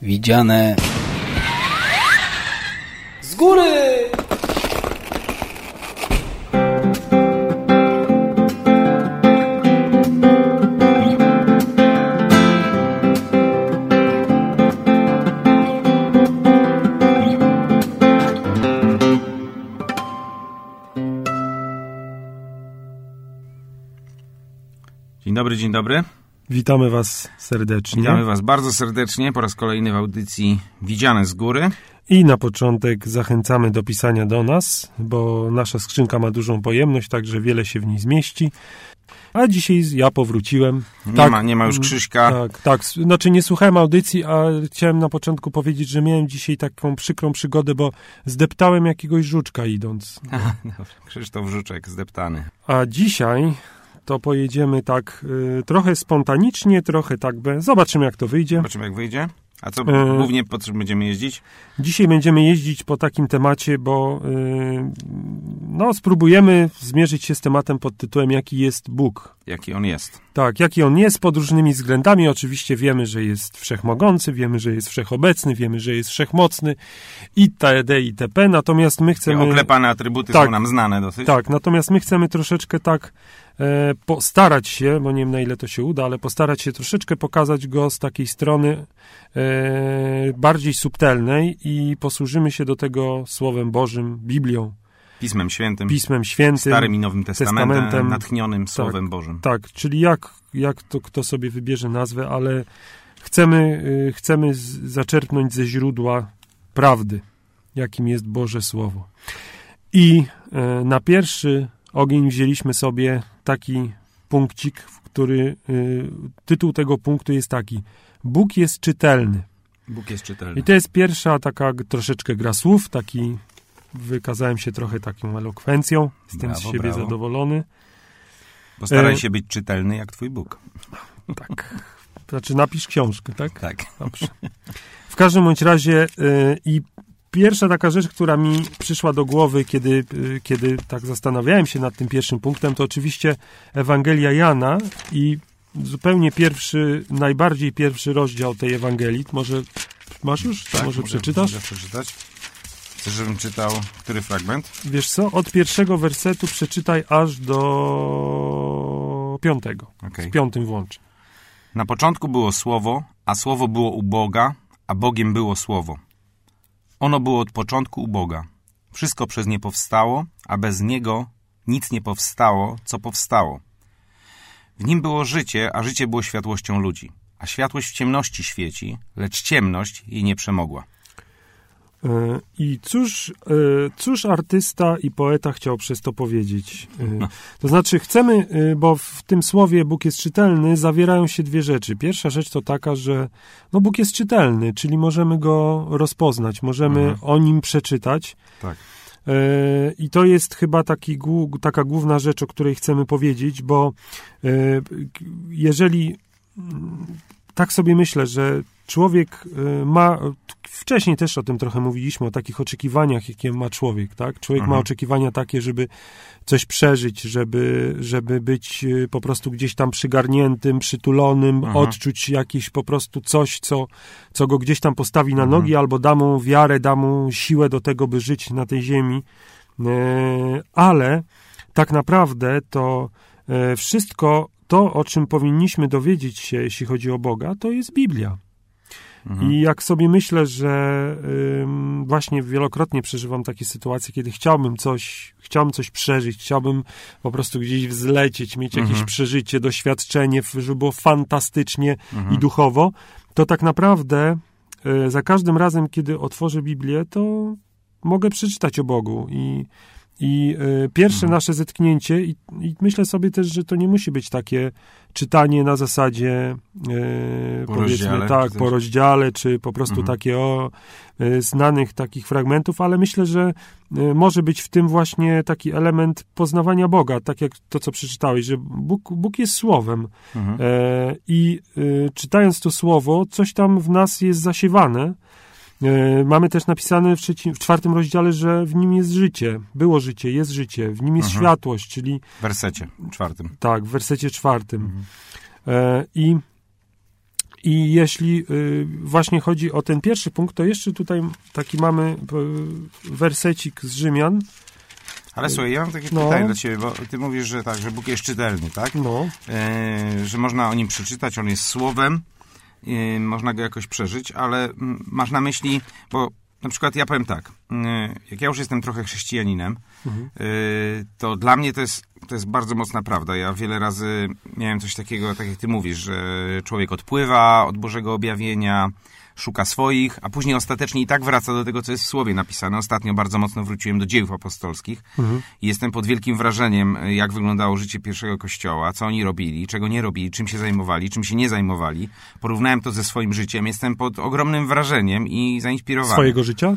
Widziane z góry! Dzień dobry, dzień dobry. Witamy Was serdecznie. Witamy Was bardzo serdecznie po raz kolejny w audycji Widziane z góry. I na początek zachęcamy do pisania do nas, bo nasza skrzynka ma dużą pojemność, także wiele się w niej zmieści. A dzisiaj ja powróciłem. Nie ma już Krzyśka. Tak. Znaczy nie słuchałem audycji, a chciałem na początku powiedzieć, że miałem dzisiaj taką przykrą przygodę, bo zdeptałem jakiegoś żuczka idąc. Aha, dobra. Krzysztof Żuczek zdeptany. A dzisiaj to pojedziemy tak trochę spontanicznie, trochę tak zobaczymy jak to wyjdzie. Zobaczymy jak wyjdzie. A co głównie po czym będziemy jeździć? Dzisiaj będziemy jeździć po takim temacie, bo spróbujemy zmierzyć się z tematem pod tytułem jaki jest Bóg. Jaki On jest. Tak, jaki On jest pod różnymi względami. Oczywiście wiemy, że jest wszechmogący, wiemy, że jest wszechobecny, wiemy, że jest wszechmocny itd. itp. Natomiast my chcemy... Te oklepane atrybuty są nam znane dosyć. Tak, natomiast my chcemy troszeczkę tak postarać się, bo nie wiem na ile to się uda, ale postarać się troszeczkę pokazać go z takiej strony bardziej subtelnej i posłużymy się do tego Słowem Bożym, Biblią. Pismem Świętym. Starym i Nowym Testamentem. Natchnionym Słowem Bożym. Tak, czyli jak to kto sobie wybierze nazwę, ale chcemy zaczerpnąć ze źródła prawdy, jakim jest Boże Słowo. I na pierwszy ogień wzięliśmy sobie taki punkcik, który tytuł tego punktu jest taki: Bóg jest czytelny. Bóg jest czytelny. I to jest pierwsza taka troszeczkę gra słów, wykazałem się trochę taką elokwencją, jestem z siebie zadowolony. Postaraj się być czytelny jak twój Bóg. Tak. Znaczy napisz książkę, tak? Tak. Dobrze. W każdym bądź razie i pierwsza taka rzecz, która mi przyszła do głowy, kiedy tak zastanawiałem się nad tym pierwszym punktem, to oczywiście Ewangelia Jana i zupełnie najbardziej pierwszy rozdział tej Ewangelii. Może masz już? Tak, może przeczytasz? Mogę przeczytać. Chcesz, żebym czytał który fragment? Wiesz co? Od pierwszego wersetu przeczytaj aż do 5. Okay. Z 5 włącz. Na początku było Słowo, a Słowo było u Boga, a Bogiem było Słowo. Ono było od początku u Boga. Wszystko przez nie powstało, a bez Niego nic nie powstało, co powstało. W Nim było życie, a życie było światłością ludzi. A światłość w ciemności świeci, lecz ciemność jej nie przemogła. I cóż artysta i poeta chciał przez to powiedzieć? To znaczy chcemy, bo w tym słowie Bóg jest czytelny, zawierają się dwie rzeczy. Pierwsza rzecz to taka, że Bóg jest czytelny, czyli możemy go rozpoznać, możemy o nim przeczytać. Tak. I to jest chyba taka główna rzecz, o której chcemy powiedzieć, bo jeżeli tak sobie myślę, że człowiek ma, wcześniej też o tym trochę mówiliśmy, o takich oczekiwaniach, jakie ma człowiek, tak? Człowiek ma oczekiwania takie, żeby coś przeżyć, żeby być po prostu gdzieś tam przygarniętym, przytulonym, odczuć jakieś po prostu coś, co go gdzieś tam postawi na nogi, albo da mu wiarę, da mu siłę do tego, by żyć na tej ziemi. Ale tak naprawdę to wszystko to, o czym powinniśmy dowiedzieć się, jeśli chodzi o Boga, to jest Biblia. I jak sobie myślę, że właśnie wielokrotnie przeżywam takie sytuacje, kiedy chciałbym coś przeżyć, chciałbym po prostu gdzieś wzlecieć, mieć jakieś przeżycie, doświadczenie, żeby było fantastycznie i duchowo, to tak naprawdę za każdym razem, kiedy otworzę Biblię, to mogę przeczytać o Bogu i pierwsze nasze zetknięcie, i myślę sobie też, że to nie musi być takie czytanie na zasadzie powiedzmy tak, po rozdziale, czy po prostu takie znanych takich fragmentów, ale myślę, że może być w tym właśnie taki element poznawania Boga, tak jak to, co przeczytałeś, że Bóg jest Słowem i czytając to Słowo, coś tam w nas jest zasiewane. Mamy też napisane w 4 rozdziale, że w nim jest życie, było życie, jest życie, w nim jest światłość, czyli... W wersecie 4. Tak, w wersecie 4. I jeśli właśnie chodzi o ten pierwszy punkt, to jeszcze tutaj taki mamy wersecik z Rzymian. Ale słuchaj, ja mam takie pytanie do ciebie, bo ty mówisz, że tak, że Bóg jest czytelny, tak? No. Że można o nim przeczytać, on jest słowem, można go jakoś przeżyć, ale masz na myśli, bo na przykład ja powiem tak, jak ja już jestem trochę chrześcijaninem, to dla mnie to jest bardzo mocna prawda. Ja wiele razy miałem coś takiego, tak jak ty mówisz, że człowiek odpływa od Bożego objawienia, szuka swoich, a później ostatecznie i tak wraca do tego, co jest w Słowie napisane. Ostatnio bardzo mocno wróciłem do Dziejów Apostolskich i jestem pod wielkim wrażeniem, jak wyglądało życie pierwszego Kościoła, co oni robili, czego nie robili, czym się zajmowali, czym się nie zajmowali. Porównałem to ze swoim życiem. Jestem pod ogromnym wrażeniem i zainspirowany. Swojego życia?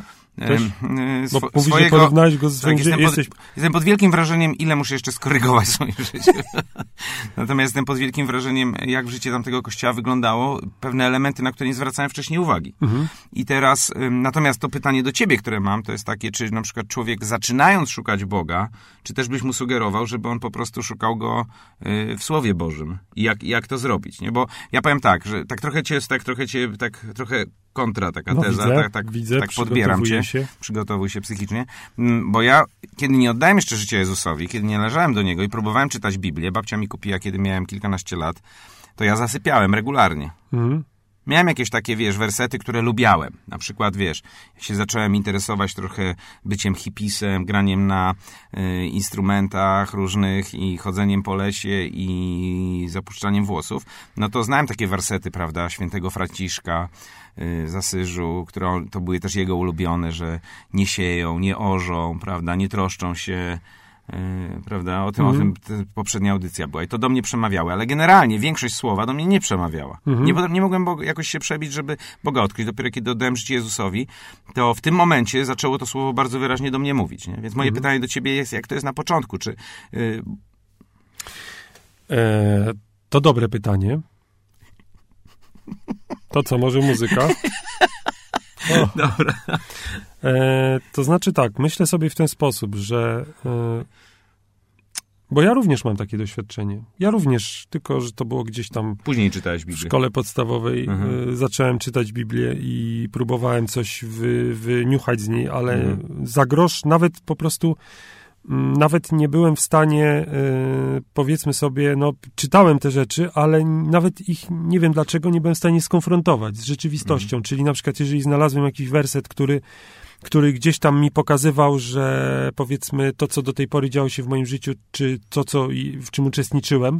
Bo mówisz, swojego, że porównałeś go z tak, jesteś... jestem pod wielkim wrażeniem, ile muszę jeszcze skorygować swoje życie. Natomiast jestem pod wielkim wrażeniem, jak życie tamtego kościoła wyglądało, pewne elementy, na które nie zwracałem wcześniej uwagi. I teraz, natomiast to pytanie do ciebie, które mam, to jest takie, czy na przykład człowiek zaczynając szukać Boga, czy też byś mu sugerował, żeby on po prostu szukał go w Słowie Bożym. I jak to zrobić, nie? Bo ja powiem tak, że tak trochę kontra taka teza, widzę, tak podbieram cię, przygotowuj się psychicznie, bo ja, kiedy nie oddałem jeszcze życia Jezusowi, kiedy nie należałem do Niego i próbowałem czytać Biblię, babcia mi kupiła, kiedy miałem kilkanaście lat, to ja zasypiałem regularnie. Miałem jakieś takie, wersety, które lubiałem. Na przykład, ja się zacząłem interesować trochę byciem hipisem, graniem na instrumentach różnych i chodzeniem po lesie i zapuszczaniem włosów. No to znałem takie wersety, prawda, świętego Franciszka z Asyżu, które to były też jego ulubione, że nie sieją, nie orzą, prawda, nie troszczą się, prawda, o tym poprzednia audycja była i to do mnie przemawiały, ale generalnie większość słowa do mnie nie przemawiała. Nie mogłem jakoś się przebić, żeby Boga odkryć. Dopiero kiedy oddałem życie Jezusowi, to w tym momencie zaczęło to słowo bardzo wyraźnie do mnie mówić, nie? Więc moje pytanie do ciebie jest, jak to jest na początku? Czy to dobre pytanie. To co, może muzyka? Dobra. To znaczy tak, myślę sobie w ten sposób, że bo ja również mam takie doświadczenie. Ja również, tylko że to było gdzieś tam... Później czytałeś Biblię. W szkole podstawowej zacząłem czytać Biblię i próbowałem coś wyniuchać z niej, ale za grosz nawet po prostu... Nawet nie byłem w stanie, powiedzmy sobie, czytałem te rzeczy, ale nawet ich, nie wiem dlaczego, nie byłem w stanie skonfrontować z rzeczywistością. Czyli na przykład, jeżeli znalazłem jakiś werset, który gdzieś tam mi pokazywał, że powiedzmy to, co do tej pory działo się w moim życiu, czy to, w czym uczestniczyłem,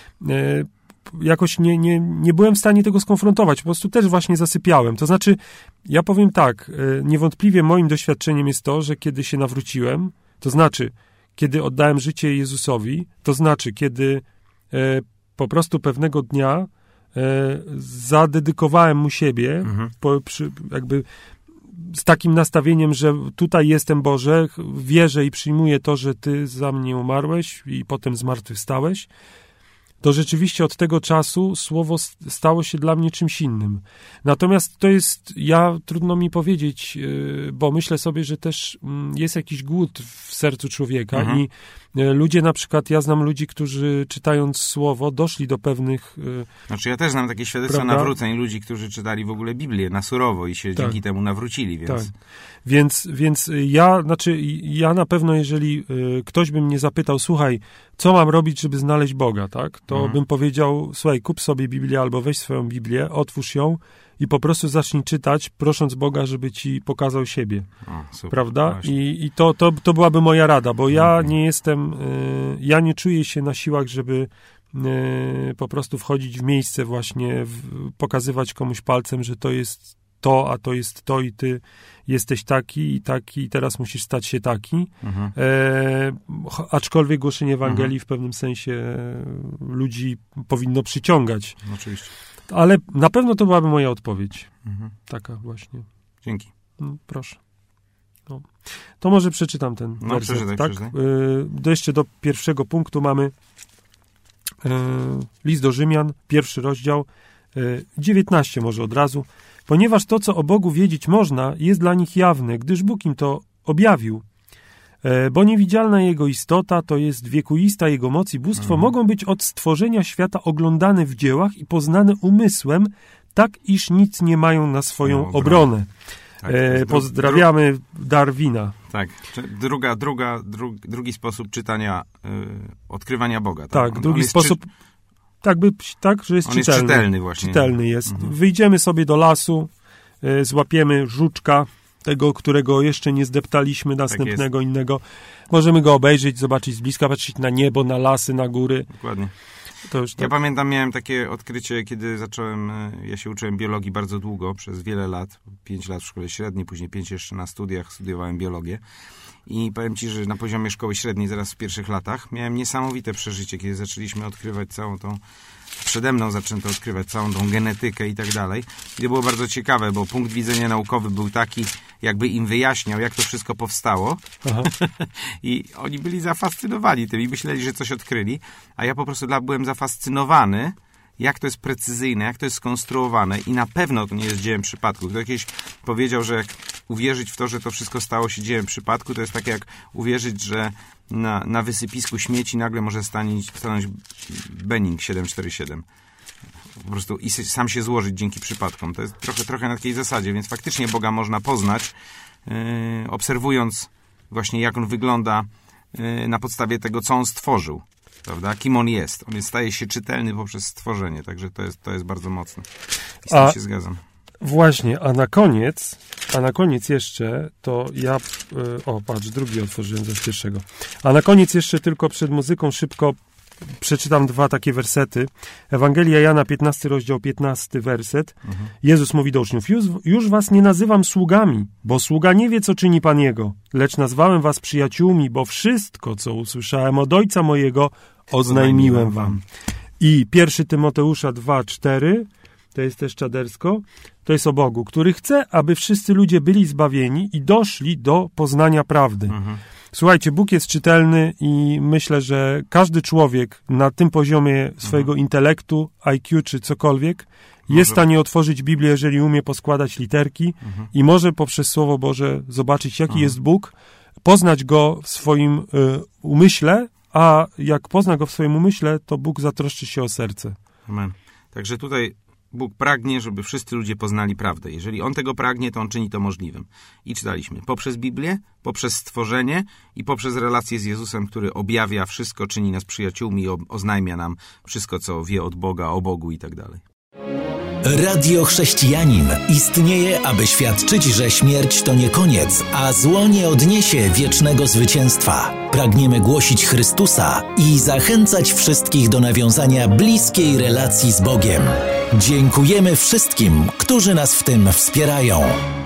jakoś nie byłem w stanie tego skonfrontować. Po prostu też właśnie zasypiałem. To znaczy, ja powiem tak, niewątpliwie moim doświadczeniem jest to, że kiedy się nawróciłem, to znaczy, kiedy oddałem życie Jezusowi, to znaczy, kiedy po prostu pewnego dnia zadedykowałem mu siebie, jakby z takim nastawieniem, że tutaj jestem, Boże, wierzę i przyjmuję to, że Ty za mnie umarłeś i potem zmartwychwstałeś, to rzeczywiście od tego czasu słowo stało się dla mnie czymś innym. Natomiast to jest, trudno mi powiedzieć, bo myślę sobie, że też jest jakiś głód w sercu człowieka i ludzie na przykład, ja znam ludzi, którzy czytając słowo doszli do pewnych... Znaczy ja też znam takie świadectwa nawróceń, ludzi, którzy czytali w ogóle Biblię na surowo i się dzięki temu nawrócili, więc... Tak. Więc ja na pewno, jeżeli ktoś by mnie zapytał, słuchaj, co mam robić, żeby znaleźć Boga, tak? To bym powiedział, słuchaj, kup sobie Biblię albo weź swoją Biblię, otwórz ją i po prostu zacznij czytać, prosząc Boga, żeby ci pokazał siebie. Super, prawda? I to byłaby moja rada, bo ja nie jestem, ja nie czuję się na siłach, żeby po prostu wchodzić w miejsce właśnie, pokazywać komuś palcem, że to jest to, a to jest to i ty jesteś taki i teraz musisz stać się taki. Aczkolwiek głoszenie Ewangelii w pewnym sensie ludzi powinno przyciągać. Oczywiście. Ale na pewno to byłaby moja odpowiedź. Taka właśnie. Dzięki. Proszę. To może przeczytam ten werset. Tak? Jeszcze do pierwszego punktu mamy list do Rzymian, 1 rozdział, 19 może od razu. Ponieważ to, co o Bogu wiedzieć można, jest dla nich jawne, gdyż Bóg im to objawił. Bo niewidzialna Jego istota, to jest wiekuista Jego moc i bóstwo, mogą być od stworzenia świata oglądane w dziełach i poznane umysłem, tak iż nic nie mają na swoją obronę. Tak, pozdrawiamy Darwina. Tak, drugi sposób czytania, odkrywania Boga. Tak, drugi sposób, że jest czytelny. Jest czytelny właśnie. Czytelny jest. Wyjdziemy sobie do lasu, złapiemy żuczka, tego, którego jeszcze nie zdeptaliśmy, następnego innego. Możemy go obejrzeć, zobaczyć z bliska, patrzeć na niebo, na lasy, na góry. Dokładnie. To już tak. Ja pamiętam, miałem takie odkrycie, kiedy ja się uczyłem biologii bardzo długo, przez wiele lat, 5 lat w szkole średniej, później 5 jeszcze na studiach, studiowałem biologię. I powiem ci, że na poziomie szkoły średniej, zaraz w pierwszych latach, miałem niesamowite przeżycie, kiedy zaczęliśmy odkrywać przede mną zaczęto odkrywać całą tą genetykę i tak dalej. I to było bardzo ciekawe, bo punkt widzenia naukowy był taki, jakby im wyjaśniał, jak to wszystko powstało. I oni byli zafascynowani tym i myśleli, że coś odkryli, a ja po prostu byłem zafascynowany, jak to jest precyzyjne, jak to jest skonstruowane i na pewno to nie jest dziełem przypadku. Ktoś kiedyś powiedział, że jak uwierzyć w to, że to wszystko stało się dziełem przypadku, to jest tak jak uwierzyć, że na wysypisku śmieci nagle może stanąć Boeing 747. Po prostu i sam się złożyć dzięki przypadkom. To jest trochę na takiej zasadzie, więc faktycznie Boga można poznać, obserwując właśnie jak On wygląda na podstawie tego, co On stworzył. Prawda? Kim on jest. On staje się czytelny poprzez stworzenie, także to jest bardzo mocne. I z tym się zgadzam. Właśnie, a na koniec jeszcze to ja... patrz, drugi otworzyłem z pierwszego. A na koniec jeszcze tylko przed muzyką szybko przeczytam 2 takie wersety. Ewangelia Jana, 15 rozdział, 15 werset. Jezus mówi do uczniów: już was nie nazywam sługami, bo sługa nie wie, co czyni Pan jego, lecz nazwałem was przyjaciółmi, bo wszystko, co usłyszałem od Ojca mojego, oznajmiłem wam. I 1 Tymoteusza 2:4, to jest też czadersko, to jest o Bogu, który chce, aby wszyscy ludzie byli zbawieni i doszli do poznania prawdy. Słuchajcie, Bóg jest czytelny i myślę, że każdy człowiek na tym poziomie swojego intelektu, IQ czy cokolwiek jest w stanie otworzyć Biblię, jeżeli umie poskładać literki i może poprzez Słowo Boże zobaczyć, jaki jest Bóg, poznać Go w swoim umyśle, a jak pozna Go w swoim umyśle, to Bóg zatroszczy się o serce. Amen. Także tutaj Bóg pragnie, żeby wszyscy ludzie poznali prawdę. Jeżeli On tego pragnie, to On czyni to możliwym. I czytaliśmy poprzez Biblię, poprzez stworzenie i poprzez relację z Jezusem, który objawia wszystko, czyni nas przyjaciółmi i oznajmia nam wszystko, co wie od Boga, o Bogu i tak dalej. Radio Chrześcijanin istnieje, aby świadczyć, że śmierć to nie koniec, a zło nie odniesie wiecznego zwycięstwa. Pragniemy głosić Chrystusa i zachęcać wszystkich do nawiązania bliskiej relacji z Bogiem. Dziękujemy wszystkim, którzy nas w tym wspierają.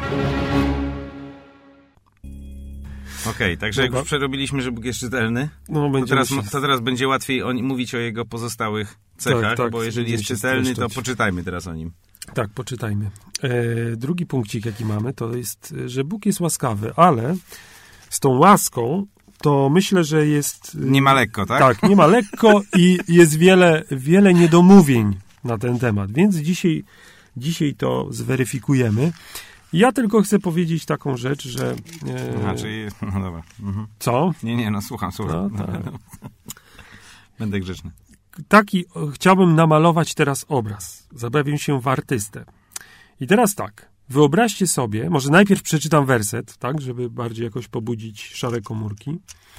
Okej, także jak już przerobiliśmy, że Bóg jest czytelny, to teraz będzie łatwiej mówić o Jego pozostałych cechach, bo jeżeli jest czytelny, to poczytajmy teraz o Nim. Tak, poczytajmy. Drugi punkcik, jaki mamy, to jest, że Bóg jest łaskawy, ale z tą łaską to myślę, że jest... Nie ma lekko, tak? Tak, nie ma lekko i jest wiele niedomówień na ten temat, więc dzisiaj to zweryfikujemy. Ja tylko chcę powiedzieć taką rzecz, że... No dobra. Co? Nie, słucham. No, tak. Będę grzeczny. Chciałbym namalować teraz obraz. Zabawię się w artystę. I teraz tak, wyobraźcie sobie, może najpierw przeczytam werset, tak, żeby bardziej jakoś pobudzić szare komórki.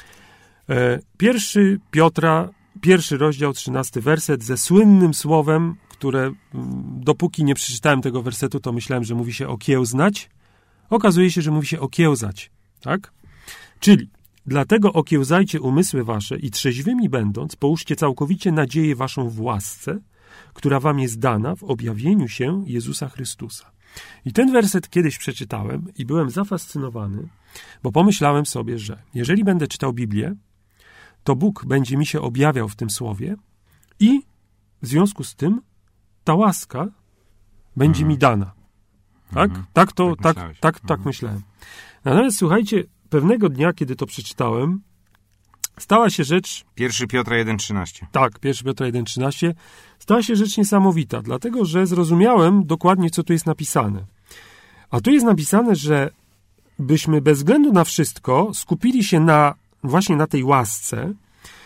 1 Piotra, 1 rozdział, 13 werset ze słynnym słowem, które dopóki nie przeczytałem tego wersetu, to myślałem, że mówi się okiełznać. Okazuje się, że mówi się okiełzać, tak? Czyli dlatego okiełzajcie umysły wasze i trzeźwymi będąc, połóżcie całkowicie nadzieję waszą w łasce, która wam jest dana w objawieniu się Jezusa Chrystusa. I ten werset kiedyś przeczytałem i byłem zafascynowany, bo pomyślałem sobie, że jeżeli będę czytał Biblię, to Bóg będzie mi się objawiał w tym słowie i w związku z tym ta łaska będzie mi dana. Tak? Tak myślałem. Natomiast słuchajcie, pewnego dnia, kiedy to przeczytałem, stała się rzecz... 1 Piotra 1,13. Tak, 1 Piotra 1,13. Stała się rzecz niesamowita, dlatego że zrozumiałem dokładnie, co tu jest napisane. A tu jest napisane, że byśmy bez względu na wszystko skupili się właśnie na tej łasce,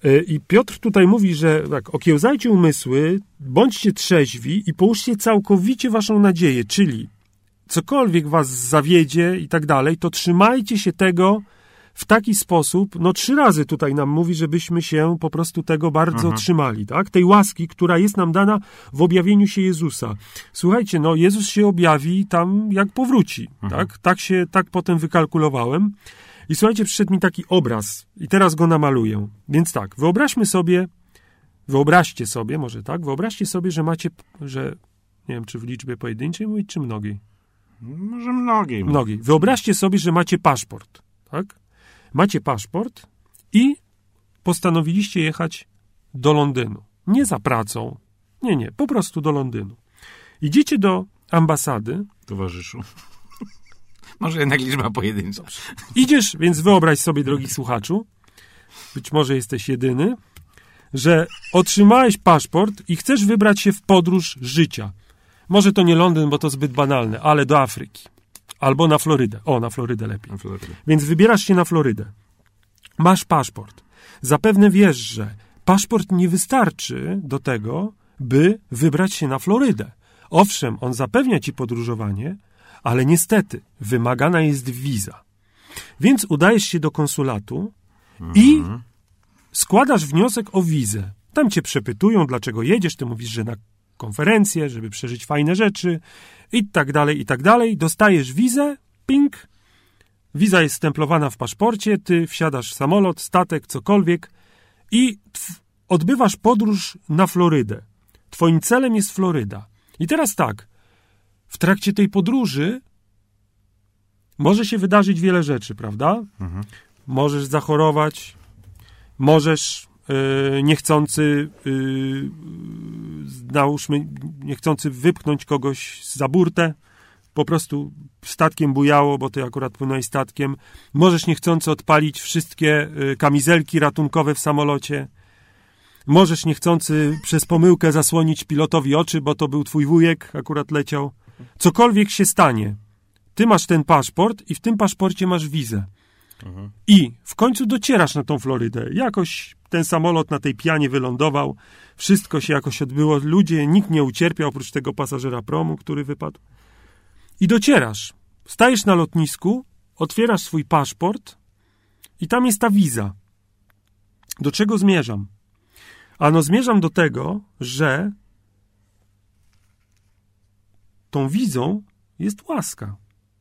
I Piotr tutaj mówi, że tak, okiełzajcie umysły, bądźcie trzeźwi i połóżcie całkowicie waszą nadzieję, czyli cokolwiek was zawiedzie i tak dalej, to trzymajcie się tego w taki sposób, 3 razy tutaj nam mówi, żebyśmy się po prostu tego bardzo trzymali, tak? Tej łaski, która jest nam dana w objawieniu się Jezusa. Słuchajcie, Jezus się objawi tam, jak powróci, tak? Tak potem wykalkulowałem. I słuchajcie, przyszedł mi taki obraz i teraz go namaluję. Więc tak, wyobraźcie sobie, że macie, nie wiem, czy w liczbie pojedynczej mówić, czy mnogiej? Może mnogiej. Wyobraźcie sobie, że macie paszport, tak? Macie paszport i postanowiliście jechać do Londynu. Nie za pracą. Nie, po prostu do Londynu. Idziecie do ambasady. Towarzyszu. Może jednak liczba pojedyncza. Idziesz, więc wyobraź sobie, drogi słuchaczu, być może jesteś jedyny, że otrzymałeś paszport i chcesz wybrać się w podróż życia. Może to nie Londyn, bo to zbyt banalne, ale do Afryki. Albo na Florydę. Na Florydę lepiej. Więc wybierasz się na Florydę. Masz paszport. Zapewne wiesz, że paszport nie wystarczy do tego, by wybrać się na Florydę. Owszem, on zapewnia ci podróżowanie, ale niestety wymagana jest wiza. Więc udajesz się do konsulatu i składasz wniosek o wizę. Tam cię przepytują, dlaczego jedziesz. Ty mówisz, że na konferencję, żeby przeżyć fajne rzeczy i tak dalej. Dostajesz wizę, ping. Wiza jest stemplowana w paszporcie, ty wsiadasz w samolot, statek, cokolwiek i odbywasz podróż na Florydę. Twoim celem jest Floryda. I teraz tak, w trakcie tej podróży może się wydarzyć wiele rzeczy, prawda? Możesz zachorować, możesz niechcący wypchnąć kogoś za burtę, po prostu statkiem bujało, bo ty akurat płynąłeś statkiem. Możesz niechcący odpalić wszystkie kamizelki ratunkowe w samolocie. Możesz niechcący przez pomyłkę zasłonić pilotowi oczy, bo to był twój wujek, akurat leciał. Cokolwiek się stanie, ty masz ten paszport i w tym paszporcie masz wizę. I w końcu docierasz na tą Florydę. Jakoś ten samolot na tej pianie wylądował, wszystko się jakoś odbyło, nikt nie ucierpiał oprócz tego pasażera promu, który wypadł. I docierasz. Stajesz na lotnisku, otwierasz swój paszport i tam jest ta wiza. Do czego zmierzam? Zmierzam do tego, że tą wizą jest łaska.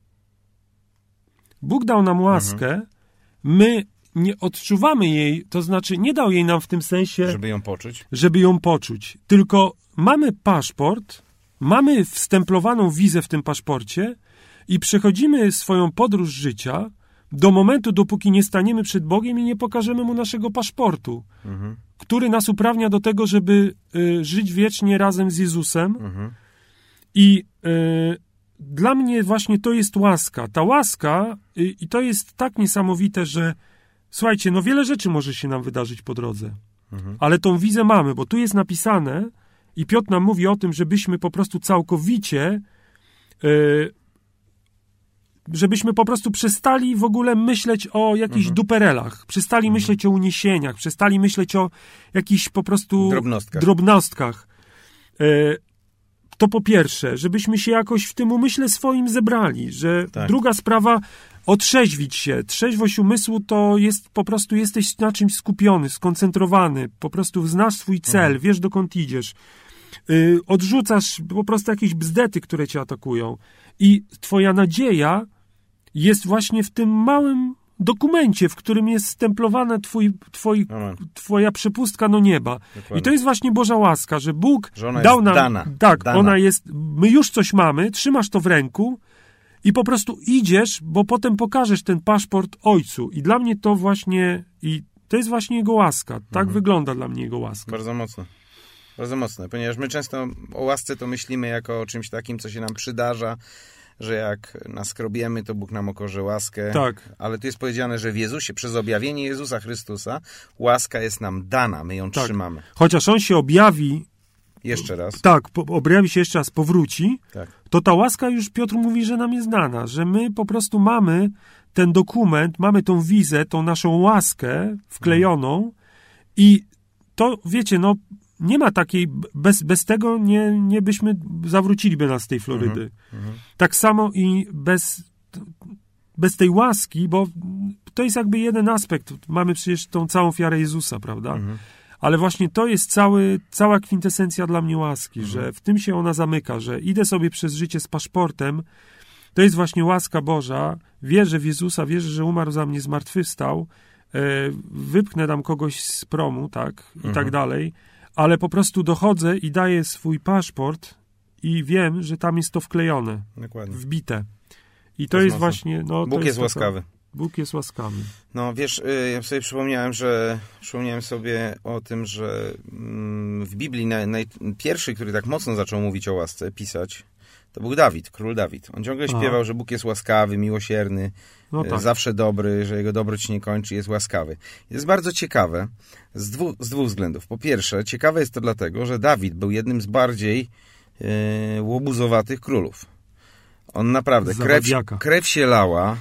Bóg dał nam łaskę, my nie odczuwamy jej, to znaczy nie dał jej nam w tym sensie, żeby ją poczuć. Tylko mamy paszport, mamy wstemplowaną wizę w tym paszporcie i przechodzimy swoją podróż życia do momentu, dopóki nie staniemy przed Bogiem i nie pokażemy Mu naszego paszportu, który nas uprawnia do tego, żeby żyć wiecznie razem z Jezusem. I dla mnie właśnie to jest łaska. Ta łaska i to jest tak niesamowite, że słuchajcie, wiele rzeczy może się nam wydarzyć po drodze, ale tą wizę mamy, bo tu jest napisane i Piotr nam mówi o tym, żebyśmy po prostu całkowicie żebyśmy po prostu przestali w ogóle myśleć o jakichś duperelach, przestali myśleć o uniesieniach, przestali myśleć o jakichś po prostu drobnostkach. To po pierwsze, żebyśmy się jakoś w tym umyśle swoim zebrali, że druga sprawa, otrzeźwić się. Trzeźwość umysłu to jest po prostu jesteś na czymś skupiony, skoncentrowany, po prostu znasz swój cel, wiesz dokąd idziesz. Odrzucasz po prostu jakieś bzdety, które cię atakują. I twoja nadzieja jest właśnie w tym małym dokumencie, w którym jest stemplowana twoja przepustka do nieba. Dokładnie. I to jest właśnie Boża łaska, że Bóg dał nam... Dana. Ona jest... My już coś mamy, trzymasz to w ręku i po prostu idziesz, bo potem pokażesz ten paszport Ojcu. I dla mnie to właśnie... I to jest właśnie Jego łaska. Tak wygląda dla mnie Jego łaska. Bardzo mocno. Bardzo mocne, ponieważ my często o łasce to myślimy jako o czymś takim, co się nam przydarza, że jak naskrobiemy, to Bóg nam okaże łaskę. Tak. Ale tu jest powiedziane, że w Jezusie, przez objawienie Jezusa Chrystusa, łaska jest nam dana, my ją trzymamy. Chociaż On się objawi... Jeszcze raz. Tak, objawi się jeszcze raz, powróci, to ta łaska już Piotr mówi, że nam jest dana, że my po prostu mamy ten dokument, mamy tą wizę, tą naszą łaskę wklejoną I to, wiecie, no, nie ma takiej, bez tego nie byśmy, zawróciliby nas z tej Florydy. Tak samo i bez tej łaski, bo to jest jakby jeden aspekt. Mamy przecież tą całą ofiarę Jezusa, prawda? Ale właśnie to jest cała kwintesencja dla mnie łaski, że w tym się ona zamyka, że idę sobie przez życie z paszportem, to jest właśnie łaska Boża, wierzę w Jezusa, wierzę, że umarł za mnie, zmartwychwstał, wypchnę tam kogoś z promu, tak, i tak dalej, ale po prostu dochodzę i daję swój paszport i wiem, że tam jest to wklejone, Dokładnie. wbite. I to jest właśnie... No, Bóg jest łaskawy. Bóg jest łaskawy. No wiesz, ja sobie przypomniałem sobie o tym, że w Biblii pierwszy, który tak mocno zaczął mówić o łasce, pisać, to był Dawid, król Dawid. On ciągle śpiewał, że Bóg jest łaskawy, miłosierny, zawsze dobry, że jego dobroć nie kończy, jest łaskawy. I to jest bardzo ciekawe z dwóch względów. Po pierwsze, ciekawe jest to dlatego, że Dawid był jednym z bardziej łobuzowatych królów. On naprawdę, krew się lała,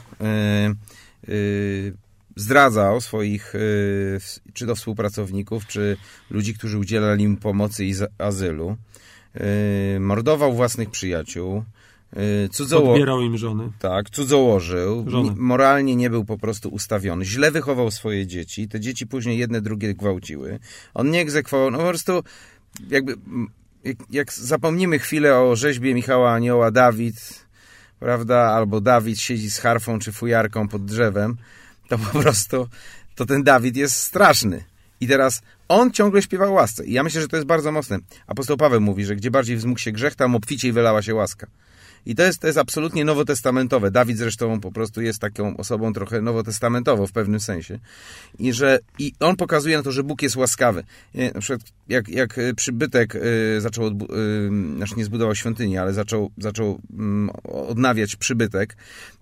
zdradzał swoich czy to współpracowników, czy ludzi, którzy udzielali mu pomocy i azylu, mordował własnych przyjaciół, odbierał im żony. Tak, cudzołożył, moralnie nie był po prostu ustawiony, źle wychował swoje dzieci, te dzieci później jedne drugie gwałciły, on nie egzekwował, no po prostu jakby, jak zapomnimy chwilę o rzeźbie Michała Anioła, Dawid, prawda, albo Dawid siedzi z harfą czy fujarką pod drzewem, to po prostu, to ten Dawid jest straszny. I teraz on ciągle śpiewa o łasce. I ja myślę, że to jest bardzo mocne. Apostoł Paweł mówi, że gdzie bardziej wzmógł się grzech, tam obficiej wylała się łaska. I to jest absolutnie nowotestamentowe. Dawid zresztą po prostu jest taką osobą trochę nowotestamentową w pewnym sensie. I on pokazuje na to, że Bóg jest łaskawy. Na przykład jak przybytek znaczy nie zbudował świątyni, ale zaczął odnawiać przybytek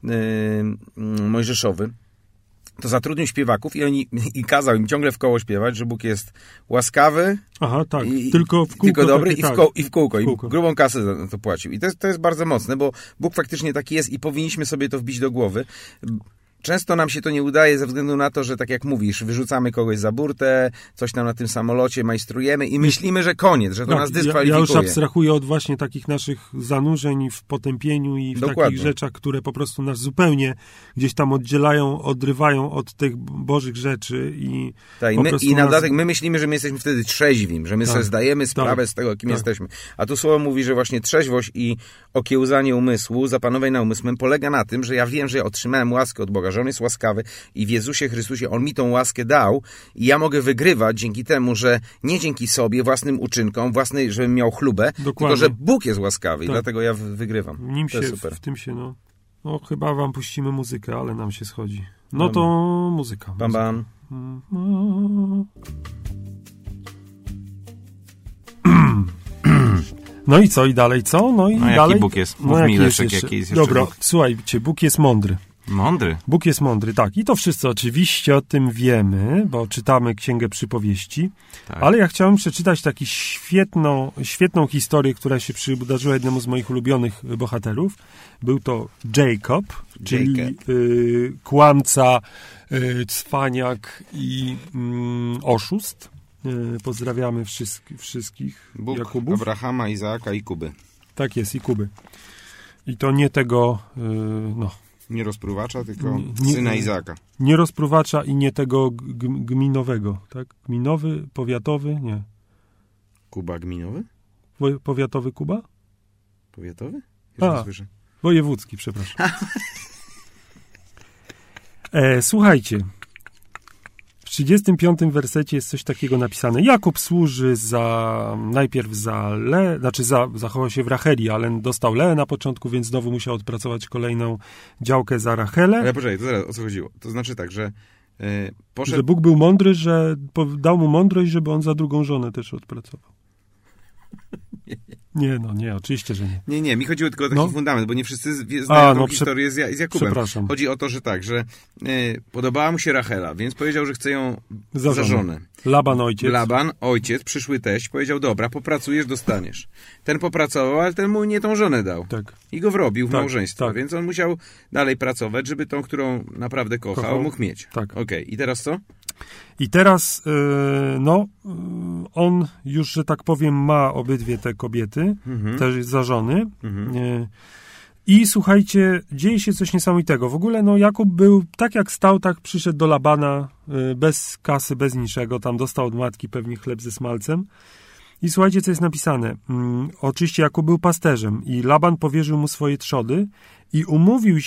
mojżeszowy, to zatrudnił śpiewaków i kazał im ciągle w koło śpiewać, że Bóg jest łaskawy. Aha, tak. Tylko w kółko. Tylko dobry takie, i w kółko. I grubą kasę za to płacił. I to jest bardzo mocne, bo Bóg faktycznie taki jest i powinniśmy sobie to wbić do głowy. Często nam się to nie udaje ze względu na to, że tak jak mówisz, wyrzucamy kogoś za burtę, coś tam na tym samolocie majstrujemy i myślimy, że koniec, że to nas dyskwalifikuje. Ja już abstrahuję od właśnie takich naszych zanurzeń w potępieniu i w takich rzeczach, które po prostu nas zupełnie gdzieś tam oddzielają, odrywają od tych bożych rzeczy. I na dodatek my myślimy, że my jesteśmy wtedy trzeźwi, że my sobie zdajemy sprawę z tego, kim jesteśmy. A tu słowo mówi, że właśnie trzeźwość i okiełzanie umysłu, zapanowanie nad umysłem polega na tym, że ja wiem, że ja otrzymałem łaskę od Boga, że On jest łaskawy i w Jezusie Chrystusie On mi tą łaskę dał i ja mogę wygrywać dzięki temu, że nie dzięki sobie, własnym uczynkom, żebym miał chlubę, tylko że Bóg jest łaskawy i dlatego ja wygrywam. To jest super. W tym się, no chyba wam puścimy muzykę, ale nam się schodzi. No to muzyka. Bam, bam. No i co? I dalej co? No i dalej. Jaki Bóg jest? Mów mi, Leszek, jaki jest jeszcze Dobra, Bóg? słuchajcie, Bóg jest mądry. Mądry? Bóg jest mądry, tak. I to wszyscy oczywiście o tym wiemy, bo czytamy Księgę Przypowieści. Tak. Ale ja chciałem przeczytać taką świetną historię, która się przydarzyła jednemu z moich ulubionych bohaterów. Był to Jacob, czyli kłamca, cwaniak i oszust. Pozdrawiamy wszystkich Bóg Jakubów. Abrahama, Izaaka i Kuby. Tak jest, i Kuby. I to nie tego, Nie rozpruwacza, tylko syna Izaaka. Nie rozpruwacza i nie tego gminowego, tak? Gminowy, powiatowy, nie. Kuba gminowy? Powiatowy Kuba? Powiatowy? Już nie słyszę. Wojewódzki, przepraszam. Słuchajcie. W 35 wersecie jest coś takiego napisane. Jakub służy najpierw zachował się w Racheli, ale dostał Leę na początku, więc znowu musiał odpracować kolejną działkę za Rachelę. Ale poczekaj, to zaraz, o co chodziło? To znaczy tak, że poszedł... Że Bóg był mądry, że dał mu mądrość, żeby on za drugą żonę też odpracował. Nie, oczywiście, że nie. Nie, mi chodziło tylko o taki fundament, bo nie wszyscy znają tą historię z Jakubem. Przepraszam. Chodzi o to, że tak, że podobała mu się Rachela, więc powiedział, że chce ją za żonę. Laban, ojciec, przyszły teść, powiedział, dobra, popracujesz, dostaniesz. Ten popracował, ale ten mu nie tą żonę dał. Tak. I go wrobił w małżeństwo, więc on musiał dalej pracować, żeby tą, którą naprawdę kochał, mógł mieć. Tak. Okej. I teraz co? I teraz, on już, że tak powiem, ma obydwie te kobiety, też jest za żony. I słuchajcie, dzieje się coś niesamowitego. W ogóle, Jakub był, tak jak stał, tak przyszedł do Labana, bez kasy, bez niczego. Tam dostał od matki pewnie chleb ze smalcem. I słuchajcie, co jest napisane. Oczywiście Jakub był pasterzem i Laban powierzył mu swoje trzody i umówił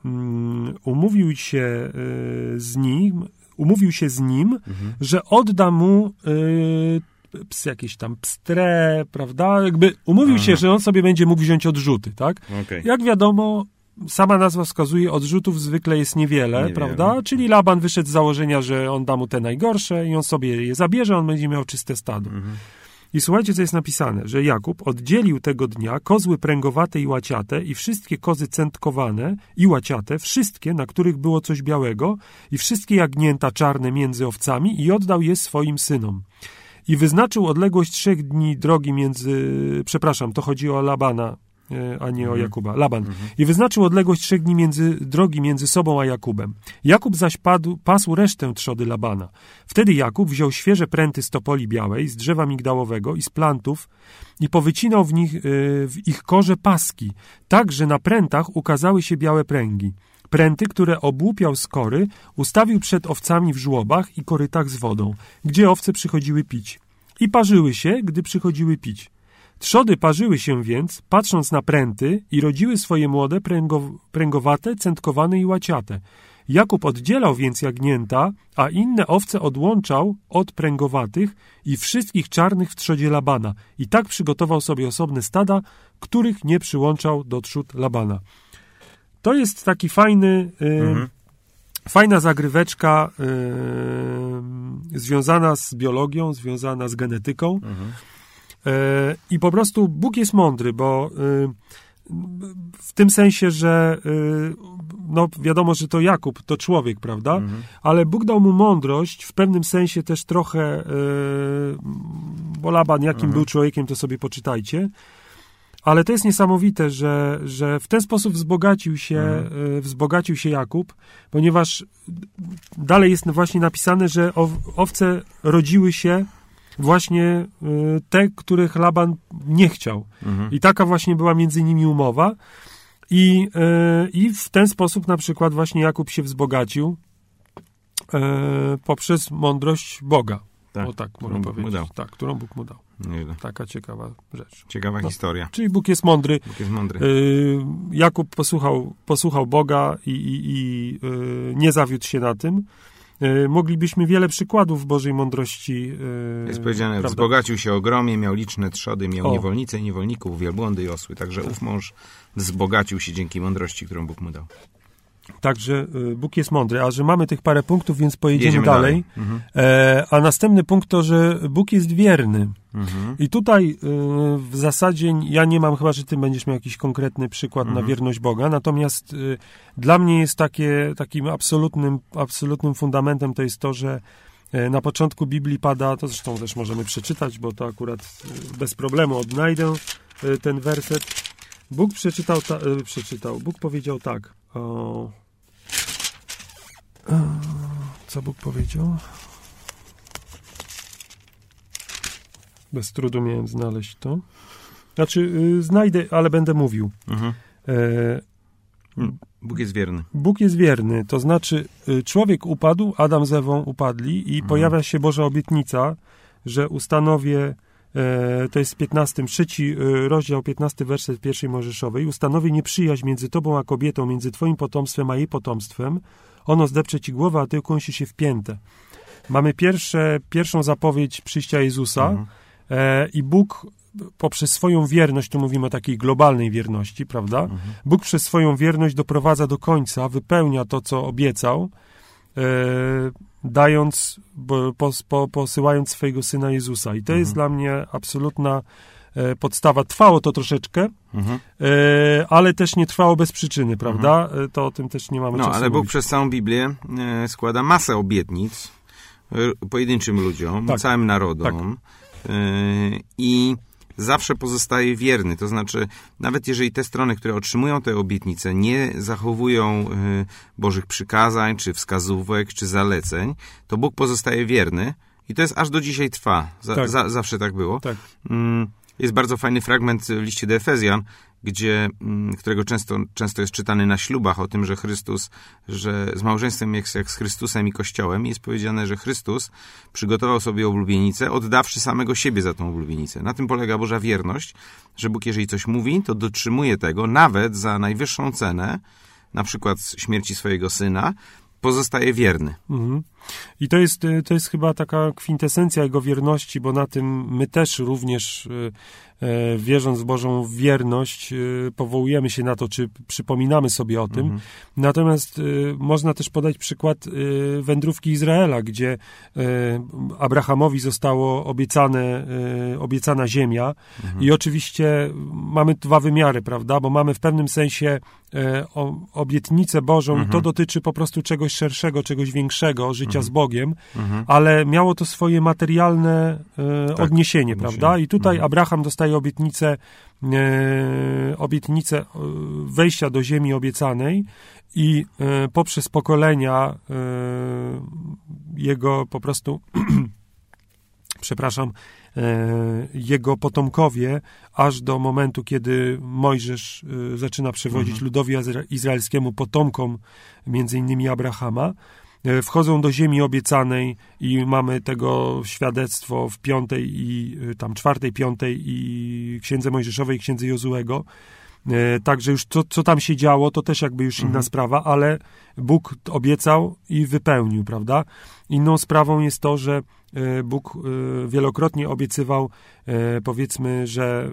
się z nim, że odda mu jakieś tam pstre, prawda? Jakby umówił się, że on sobie będzie mógł wziąć odrzuty, tak? Okay. Jak wiadomo, sama nazwa wskazuje, odrzutów zwykle jest niewiele, prawda? Czyli Laban wyszedł z założenia, że on da mu te najgorsze i on sobie je zabierze, on będzie miał czyste stado. I słuchajcie, co jest napisane, że Jakub oddzielił tego dnia kozły pręgowate i łaciate i wszystkie kozy cętkowane i łaciate, wszystkie, na których było coś białego i wszystkie jagnięta czarne między owcami i oddał je swoim synom. I wyznaczył odległość 3 dni drogi to chodzi o Labana, a nie o Jakuba. Laban. I wyznaczył odległość 3 dni drogi między sobą a Jakubem. Jakub zaś pasł resztę trzody Labana. Wtedy Jakub wziął świeże pręty z topoli białej, z drzewa migdałowego i z plantów i powycinał w ich korze paski, tak, że na prętach ukazały się białe pręgi. Pręty, które obłupiał z kory, ustawił przed owcami w żłobach i korytach z wodą, gdzie owce przychodziły pić. I parzyły się, gdy przychodziły pić. Trzody parzyły się więc, patrząc na pręty i rodziły swoje młode, pręgowate, cętkowane i łaciate. Jakub oddzielał więc jagnięta, a inne owce odłączał od pręgowatych i wszystkich czarnych w trzodzie Labana. I tak przygotował sobie osobne stada, których nie przyłączał do trzód Labana. To jest taki fajna zagryweczka związana z biologią, związana z genetyką. I po prostu Bóg jest mądry, bo w tym sensie, że wiadomo, że to Jakub, to człowiek, prawda? Ale Bóg dał mu mądrość, w pewnym sensie też trochę, bo Laban jakim był człowiekiem, to sobie poczytajcie. Ale to jest niesamowite, że w ten sposób wzbogacił się Jakub, ponieważ dalej jest właśnie napisane, że owce rodziły się właśnie te, których Laban nie chciał. I taka właśnie była między nimi umowa. I w ten sposób na przykład właśnie Jakub się wzbogacił poprzez mądrość Boga. Tak, o tak można powiedzieć. Tak, którą Bóg mu dał. Taka ciekawa rzecz. Ciekawa historia. Czyli Bóg jest mądry. Bóg jest mądry. Jakub posłuchał Boga i nie zawiódł się na tym. Moglibyśmy wiele przykładów Bożej mądrości. Jest powiedziane, prawda? Wzbogacił się ogromnie, miał liczne trzody, miał niewolnice i niewolników, wielbłądy i osły. Także ów mąż wzbogacił się dzięki mądrości, którą Bóg mu dał. Także Bóg jest mądry, a że mamy tych parę punktów, więc pojedziemy dalej. A następny punkt to, że Bóg jest wierny. I tutaj w zasadzie ja nie mam, chyba że ty będziesz miał jakiś konkretny przykład na wierność Boga, natomiast dla mnie jest takim absolutnym fundamentem to jest to, że na początku Biblii pada, to zresztą też możemy przeczytać, bo to akurat bez problemu odnajdę ten werset. Bóg Bóg powiedział tak. Co Bóg powiedział? Bez trudu miałem znaleźć to. Znaczy, znajdę, ale będę mówił. Bóg jest wierny. Bóg jest wierny, to znaczy człowiek upadł, Adam z Ewą upadli i pojawia się Boża obietnica, że ustanowię, to jest 3 rozdział, 15 werset 1 Mojżeszowej, ustanowię nieprzyjaźń między tobą a kobietą, między twoim potomstwem a jej potomstwem, ono zdepcze ci głowę, a ty ukłonisz się w piętę. Mamy pierwszą zapowiedź przyjścia Jezusa i Bóg poprzez swoją wierność, tu mówimy o takiej globalnej wierności, prawda? Bóg przez swoją wierność doprowadza do końca, wypełnia to, co obiecał, posyłając swojego Syna Jezusa. I to jest dla mnie absolutna podstawa. Trwało to troszeczkę, ale też nie trwało bez przyczyny, prawda? To o tym też nie mamy czasu ale Bóg mówić. przez całą Biblię składa masę obietnic pojedynczym ludziom, całym narodom. I zawsze pozostaje wierny. To znaczy, nawet jeżeli te strony, które otrzymują te obietnice, nie zachowują Bożych przykazań, czy wskazówek, czy zaleceń, to Bóg pozostaje wierny i to jest aż do dzisiaj trwa. Zawsze tak było. Tak. Jest bardzo fajny fragment w liście do Efezjan, którego często jest czytany na ślubach, o tym, że Chrystus, że z małżeństwem jest jak z Chrystusem i Kościołem. Jest powiedziane, że Chrystus przygotował sobie oblubienicę, oddawszy samego siebie za tą oblubienicę. Na tym polega Boża wierność, że Bóg, jeżeli coś mówi, to dotrzymuje tego, nawet za najwyższą cenę, na przykład śmierci swojego Syna, pozostaje wierny. Mhm. I to jest chyba taka kwintesencja jego wierności, bo na tym my też również, wierząc w Bożą wierność, powołujemy się na to, czy przypominamy sobie o tym. Mhm. Natomiast można też podać przykład wędrówki Izraela, gdzie Abrahamowi zostało obiecana ziemia. Mhm. I oczywiście mamy dwa wymiary, prawda? Bo mamy w pewnym sensie obietnicę Bożą i to dotyczy po prostu czegoś szerszego, czegoś większego, życia z Bogiem, ale miało to swoje materialne odniesienie, prawda? I tutaj Abraham dostaje obietnicę wejścia do ziemi obiecanej i poprzez pokolenia jego po prostu jego potomkowie, aż do momentu, kiedy Mojżesz zaczyna przewodzić ludowi izraelskiemu, potomkom między innymi Abrahama, wchodzą do ziemi obiecanej i mamy tego świadectwo w 5. i tam 4., 5. i Księdze Mojżeszowej, Księdze Jozuego. Także już co tam się działo, to też jakby już inna sprawa, ale Bóg obiecał i wypełnił, prawda? Inną sprawą jest to, że Bóg wielokrotnie obiecywał, powiedzmy, że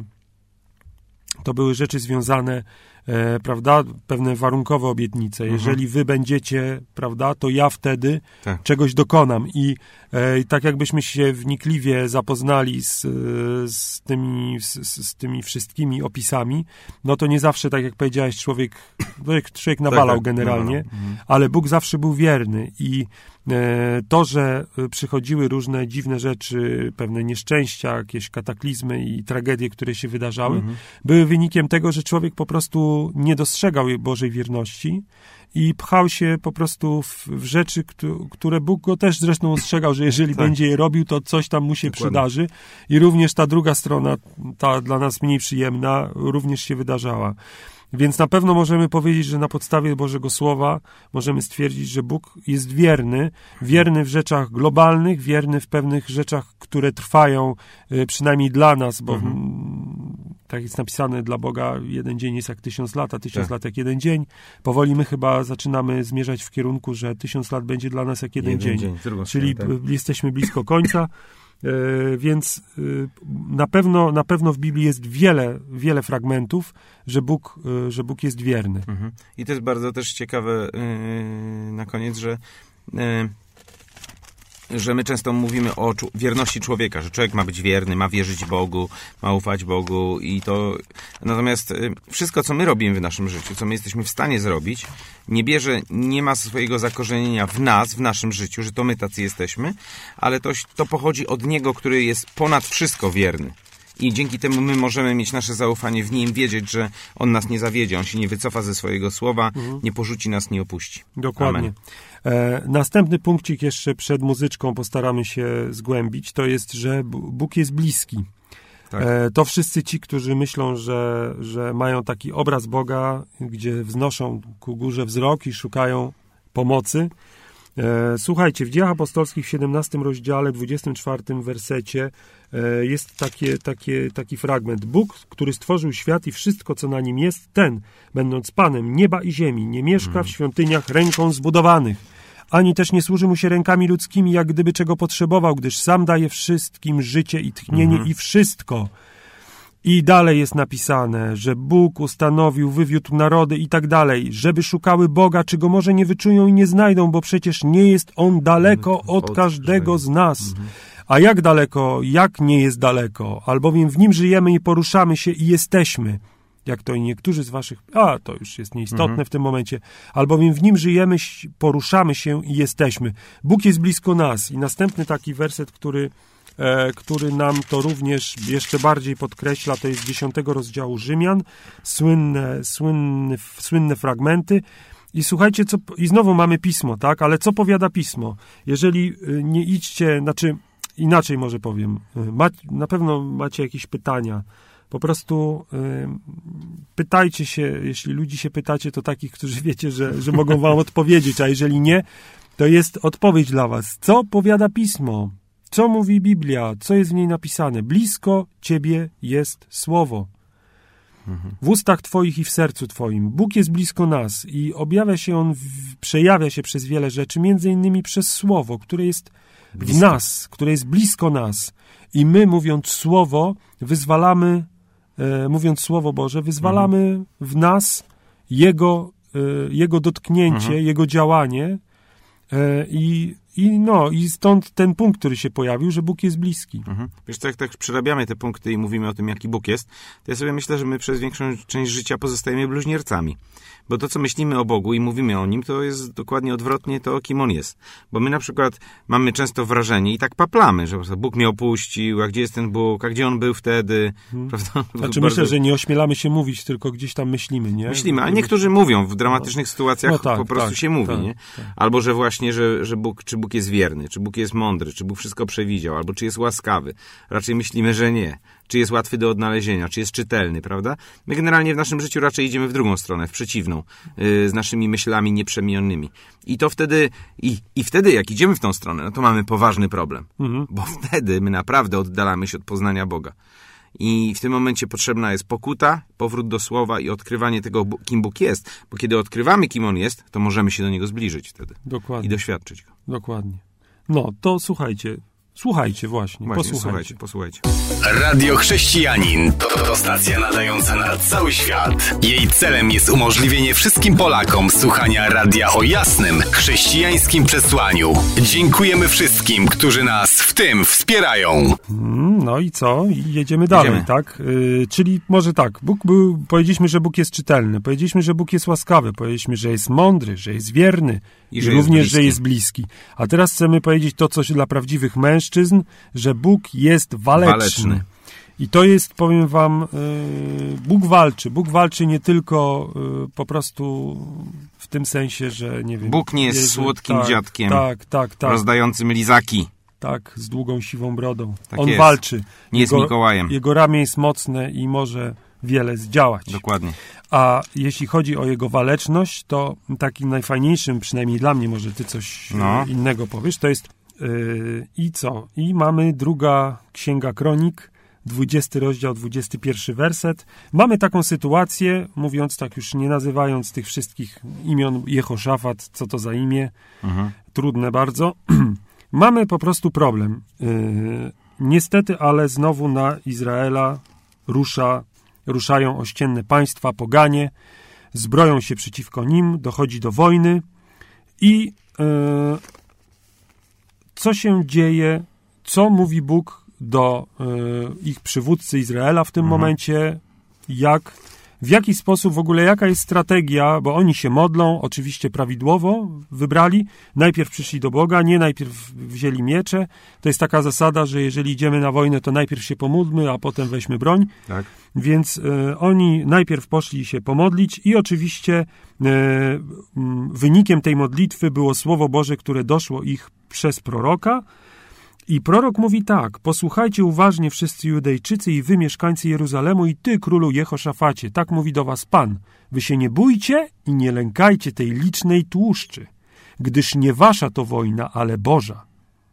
to były rzeczy związane, prawda, pewne warunkowe obietnice. Jeżeli wy będziecie, prawda, to ja wtedy czegoś dokonam. I tak jakbyśmy się wnikliwie zapoznali z tymi wszystkimi opisami, no to nie zawsze, tak jak powiedziałeś, człowiek nawalał generalnie, ale Bóg zawsze był wierny i to, że przychodziły różne dziwne rzeczy, pewne nieszczęścia, jakieś kataklizmy i tragedie, które się wydarzały, były wynikiem tego, że człowiek po prostu nie dostrzegał Bożej wierności i pchał się po prostu w rzeczy, które Bóg go też zresztą ostrzegał, że jeżeli będzie je robił, to coś tam mu się przydarzy. I również ta druga strona, ta dla nas mniej przyjemna, również się wydarzała. Więc na pewno możemy powiedzieć, że na podstawie Bożego Słowa możemy stwierdzić, że Bóg jest wierny w rzeczach globalnych, wierny w pewnych rzeczach, które trwają przynajmniej dla nas, bo tak jest napisane, dla Boga jeden dzień jest jak 1000 lat, a 1000 lat jak jeden dzień. Powoli my chyba zaczynamy zmierzać w kierunku, że 1000 lat będzie dla nas jak jeden dzień. Czyli jesteśmy blisko końca. Więc na pewno w Biblii jest wiele fragmentów, że Bóg jest wierny. I to jest bardzo też ciekawe na koniec, że my często mówimy o wierności człowieka, że człowiek ma być wierny, ma wierzyć Bogu, ma ufać Bogu i to... Natomiast wszystko, co my robimy w naszym życiu, co my jesteśmy w stanie zrobić, nie ma swojego zakorzenienia w nas, w naszym życiu, że to my tacy jesteśmy, ale to pochodzi od Niego, który jest ponad wszystko wierny. I dzięki temu my możemy mieć nasze zaufanie w Nim, wiedzieć, że On nas nie zawiedzie, On się nie wycofa ze swojego słowa, nie porzuci nas, nie opuści. Dokładnie. Następny punkcik jeszcze przed muzyczką postaramy się zgłębić, to jest, że Bóg jest bliski. Tak. To wszyscy ci, którzy myślą, że mają taki obraz Boga, gdzie wznoszą ku górze wzrok i szukają pomocy. Słuchajcie, w Dziejach Apostolskich w 17 rozdziale, 24 wersecie jest taki fragment. Bóg, który stworzył świat i wszystko, co na nim jest, ten, będąc Panem nieba i ziemi, nie mieszka w świątyniach ręką zbudowanych, ani też nie służy mu się rękami ludzkimi, jak gdyby czego potrzebował, gdyż sam daje wszystkim życie i tchnienie i wszystko. I dalej jest napisane, że Bóg ustanowił, wywiódł narody i tak dalej, żeby szukały Boga, czy Go może nie wyczują i nie znajdą, bo przecież nie jest On daleko od każdego z nas. A jak daleko, jak nie jest daleko, albowiem w Nim żyjemy i poruszamy się i jesteśmy. Jak to i niektórzy z waszych... to już jest nieistotne w tym momencie. Albowiem w Nim żyjemy, poruszamy się i jesteśmy. Bóg jest blisko nas. I następny taki werset, który który nam to również jeszcze bardziej podkreśla, to jest 10 rozdziału Rzymian, słynne fragmenty. I słuchajcie, i znowu mamy Pismo, tak? Ale co powiada Pismo? Jeżeli nie idźcie, znaczy inaczej może powiem, na pewno macie jakieś pytania. Po prostu pytajcie się, jeśli ludzi się pytacie, to takich, którzy wiecie, że mogą wam odpowiedzieć, a jeżeli nie, to jest odpowiedź dla was. Co powiada Pismo? Co mówi Biblia? Co jest w niej napisane? Blisko Ciebie jest Słowo. W ustach Twoich i w sercu Twoim. Bóg jest blisko nas i objawia się On, przejawia się przez wiele rzeczy, między innymi przez Słowo, które jest w nas, które jest blisko nas. I my, mówiąc Słowo, mówiąc Słowo Boże, wyzwalamy w nas Jego dotknięcie, Jego działanie i stąd ten punkt, który się pojawił, że Bóg jest bliski. Wiesz co, jak tak przerabiamy te punkty i mówimy o tym, jaki Bóg jest, to ja sobie myślę, że my przez większą część życia pozostajemy bluźniercami. Bo to, co myślimy o Bogu i mówimy o Nim, to jest dokładnie odwrotnie to, kim On jest. Bo my na przykład mamy często wrażenie i tak paplamy, że Bóg mnie opuścił, a gdzie jest ten Bóg, a gdzie On był wtedy, prawda? Znaczy myślę, że nie ośmielamy się mówić, tylko gdzieś tam myślimy, nie? Myślimy, a niektórzy mówią, w dramatycznych sytuacjach po prostu się mówi, nie? Albo, że właśnie, że Bóg jest wierny, czy Bóg jest mądry, czy Bóg wszystko przewidział, albo czy jest łaskawy. Raczej myślimy, że nie. Czy jest łatwy do odnalezienia, czy jest czytelny, prawda? My generalnie w naszym życiu raczej idziemy w drugą stronę, w przeciwną, z naszymi myślami nieprzemienionymi. I to wtedy, i wtedy jak idziemy w tą stronę, no to mamy poważny problem. Bo wtedy my naprawdę oddalamy się od poznania Boga. I w tym momencie potrzebna jest pokuta, powrót do Słowa i odkrywanie tego, kim Bóg jest. Bo kiedy odkrywamy, kim On jest, to możemy się do Niego zbliżyć wtedy. Dokładnie. I doświadczyć Go. Dokładnie. No, to słuchajcie, posłuchajcie. Posłuchajcie. Radio Chrześcijanin to stacja nadająca na cały świat. Jej celem jest umożliwienie wszystkim Polakom słuchania radia o jasnym, chrześcijańskim przesłaniu. Dziękujemy wszystkim, którzy nas w tym wspierają. No i co? I jedziemy dalej, tak? Czyli może tak, powiedzieliśmy, że Bóg jest czytelny, powiedzieliśmy, że Bóg jest łaskawy, powiedzieliśmy, że jest mądry, że jest wierny i również, że jest bliski. A teraz chcemy powiedzieć to, co dla prawdziwych mężczyzn, że Bóg jest waleczny. I to jest, powiem wam, Bóg walczy. Bóg walczy nie tylko po prostu w tym sensie, że nie wiem... Bóg nie jest słodkim dziadkiem, tak. rozdającym lizaki. Tak, z długą siwą brodą. Tak On jest. walczy. Nie jest Mikołajem. Jego ramię jest mocne i może wiele zdziałać. Dokładnie. A jeśli chodzi o jego waleczność, to takim najfajniejszym, przynajmniej dla mnie, może ty coś innego powiesz, to jest i co? I mamy druga Księga Kronik, 20 rozdział, 21 werset. Mamy taką sytuację, mówiąc tak już nie nazywając tych wszystkich imion Jehoszafat, co to za imię, trudne bardzo. Mamy po prostu problem. Niestety, ale znowu na Izraela ruszają ościenne państwa, poganie, zbroją się przeciwko nim, dochodzi do wojny i co się dzieje, co mówi Bóg do ich przywódcy Izraela w tym momencie, w jaki sposób w ogóle, jaka jest strategia, bo oni się modlą, oczywiście prawidłowo wybrali, najpierw przyszli do Boga, nie najpierw wzięli miecze, to jest taka zasada, że jeżeli idziemy na wojnę, to najpierw się pomódlmy, a potem weźmy broń, tak. Więc oni najpierw poszli się pomodlić i oczywiście wynikiem tej modlitwy było Słowo Boże, które doszło ich przez proroka. I prorok mówi tak: posłuchajcie uważnie wszyscy Judejczycy i wy mieszkańcy Jeruzalemu i ty, królu Jehoszafacie, tak mówi do was Pan. Wy się nie bójcie i nie lękajcie tej licznej tłuszczy, gdyż nie wasza to wojna, ale Boża.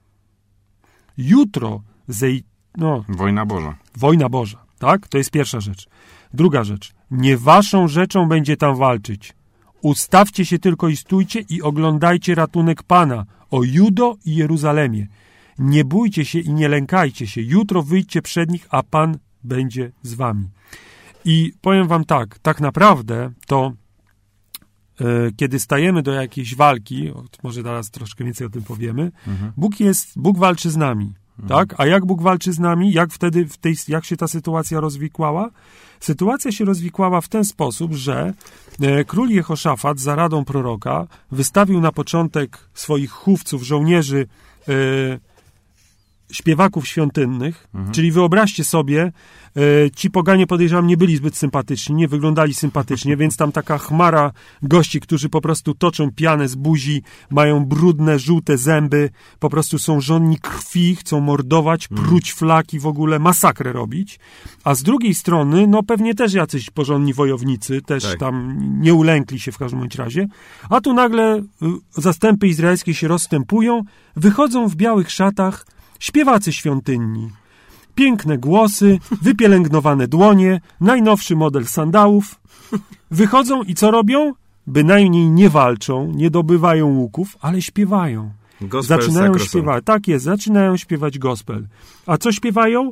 Jutro Wojna Boża. Wojna Boża, tak? To jest pierwsza rzecz. Druga rzecz. Nie waszą rzeczą będzie tam walczyć. Ustawcie się tylko i stójcie i oglądajcie ratunek Pana, o Judo i Jeruzalemie. Nie bójcie się i nie lękajcie się. Jutro wyjdźcie przed nich, a Pan będzie z wami. I powiem wam tak naprawdę to kiedy stajemy do jakiejś walki, może teraz troszkę więcej o tym powiemy, Bóg walczy z nami. Tak? A jak Bóg walczy z nami? Jak wtedy, jak się ta sytuacja rozwikłała? Sytuacja się rozwikłała w ten sposób, że król Jehoszafat za radą proroka wystawił na początek swoich chówców, żołnierzy śpiewaków świątynnych, czyli wyobraźcie sobie, ci poganie, podejrzewam, nie byli zbyt sympatyczni, nie wyglądali sympatycznie, więc tam taka chmara gości, którzy po prostu toczą pianę z buzi, mają brudne, żółte zęby, po prostu są żonni krwi, chcą mordować, pruć flaki, w ogóle masakrę robić, a z drugiej strony, no pewnie też jacyś porządni wojownicy, też tam nie ulękli się w każdym bądź razie, a tu nagle zastępy izraelskie się rozstępują, wychodzą w białych szatach śpiewacy świątynni. Piękne głosy, wypielęgnowane dłonie, najnowszy model sandałów. Wychodzą i co robią? Bynajmniej nie walczą, nie dobywają łuków, ale śpiewają. Gospel zaczynają śpiewać. Tak jest, zaczynają śpiewać gospel. A co śpiewają?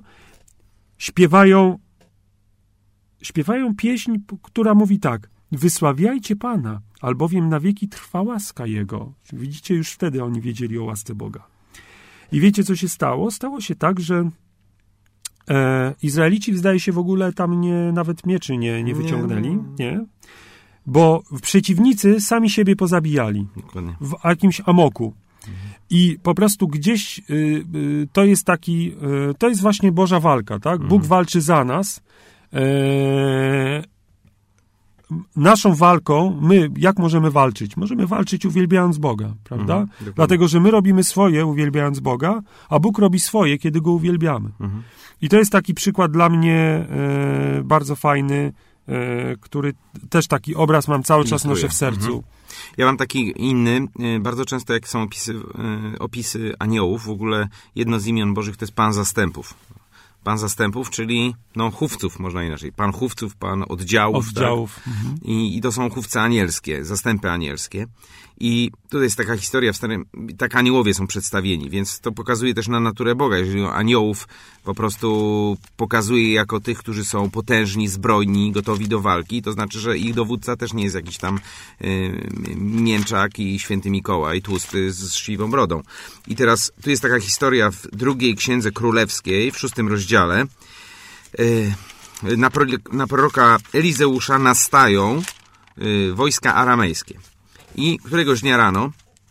Śpiewają pieśń, która mówi tak: wysławiajcie Pana, albowiem na wieki trwa łaska Jego. Widzicie, już wtedy oni wiedzieli o łasce Boga. I wiecie, co się stało? Stało się tak, że Izraelici, zdaje się, w ogóle tam nawet mieczy nie wyciągnęli, nie? Bo przeciwnicy sami siebie pozabijali. Dokładnie. W jakimś amoku. I po prostu gdzieś to jest to jest właśnie Boża walka, tak? Bóg walczy za nas. Naszą walką, my jak możemy walczyć? Możemy walczyć uwielbiając Boga, prawda? Dlatego, że my robimy swoje uwielbiając Boga, a Bóg robi swoje, kiedy Go uwielbiamy. I to jest taki przykład dla mnie bardzo fajny, który też taki obraz mam cały czas noszę w sercu. Ja mam taki inny, bardzo często jak są opisy aniołów, w ogóle jedno z imion Bożych to jest Pan Zastępów. Pan Zastępów, czyli chówców, można inaczej. Pan chówców, Pan oddziałów. Tak? I to są chówce anielskie, zastępy anielskie. I tutaj jest taka historia, tak aniołowie są przedstawieni, więc to pokazuje też na naturę Boga. Jeżeli aniołów po prostu pokazuje jako tych, którzy są potężni, zbrojni, gotowi do walki, to znaczy, że ich dowódca też nie jest jakiś tam mięczak i święty Mikołaj, tłusty z siwą brodą. I teraz tu jest taka historia w drugiej Księdze Królewskiej, w 6 rozdziale. Na proroka Elizeusza nastają wojska aramejskie. I któregoś dnia rano,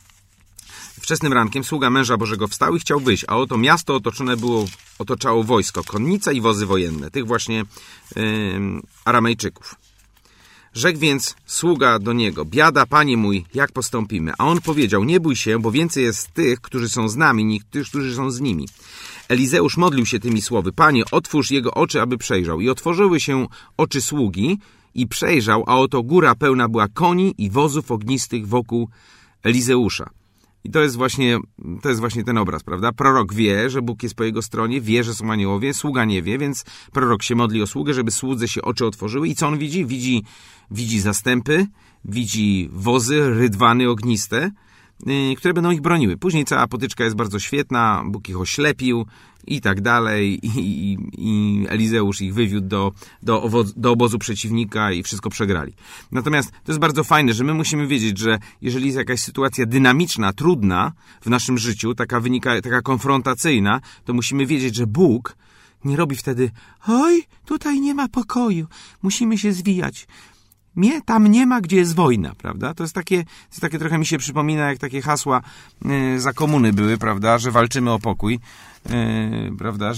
wczesnym rankiem, sługa męża Bożego wstał i chciał wyjść, a oto miasto otaczało wojsko, konnica i wozy wojenne, tych właśnie Aramejczyków. Rzekł więc sługa do niego: biada, panie mój, jak postąpimy? A on powiedział: nie bój się, bo więcej jest tych, którzy są z nami, niż tych, którzy są z nimi. Elizeusz modlił się tymi słowy: Panie, otwórz jego oczy, aby przejrzał. I otworzyły się oczy sługi i przejrzał, a oto góra pełna była koni i wozów ognistych wokół Elizeusza. I to jest właśnie ten obraz, prawda? Prorok wie, że Bóg jest po jego stronie, wie, że są aniołowie, sługa nie wie, więc prorok się modli o sługę, żeby słudze się oczy otworzyły. I co on widzi? Widzi zastępy, widzi wozy, rydwany ogniste, które będą ich broniły. Później cała potyczka jest bardzo świetna, Bóg ich oślepił i tak dalej, i Elizeusz ich wywiódł do obozu przeciwnika i wszystko przegrali. Natomiast to jest bardzo fajne, że my musimy wiedzieć, że jeżeli jest jakaś sytuacja dynamiczna, trudna w naszym życiu, taka konfrontacyjna, to musimy wiedzieć, że Bóg nie robi wtedy: oj, tutaj nie ma pokoju, musimy się zwijać. Tam nie ma, gdzie jest wojna, prawda? To jest takie trochę mi się przypomina, jak takie hasła za komuny były, prawda? Że walczymy o pokój, prawda?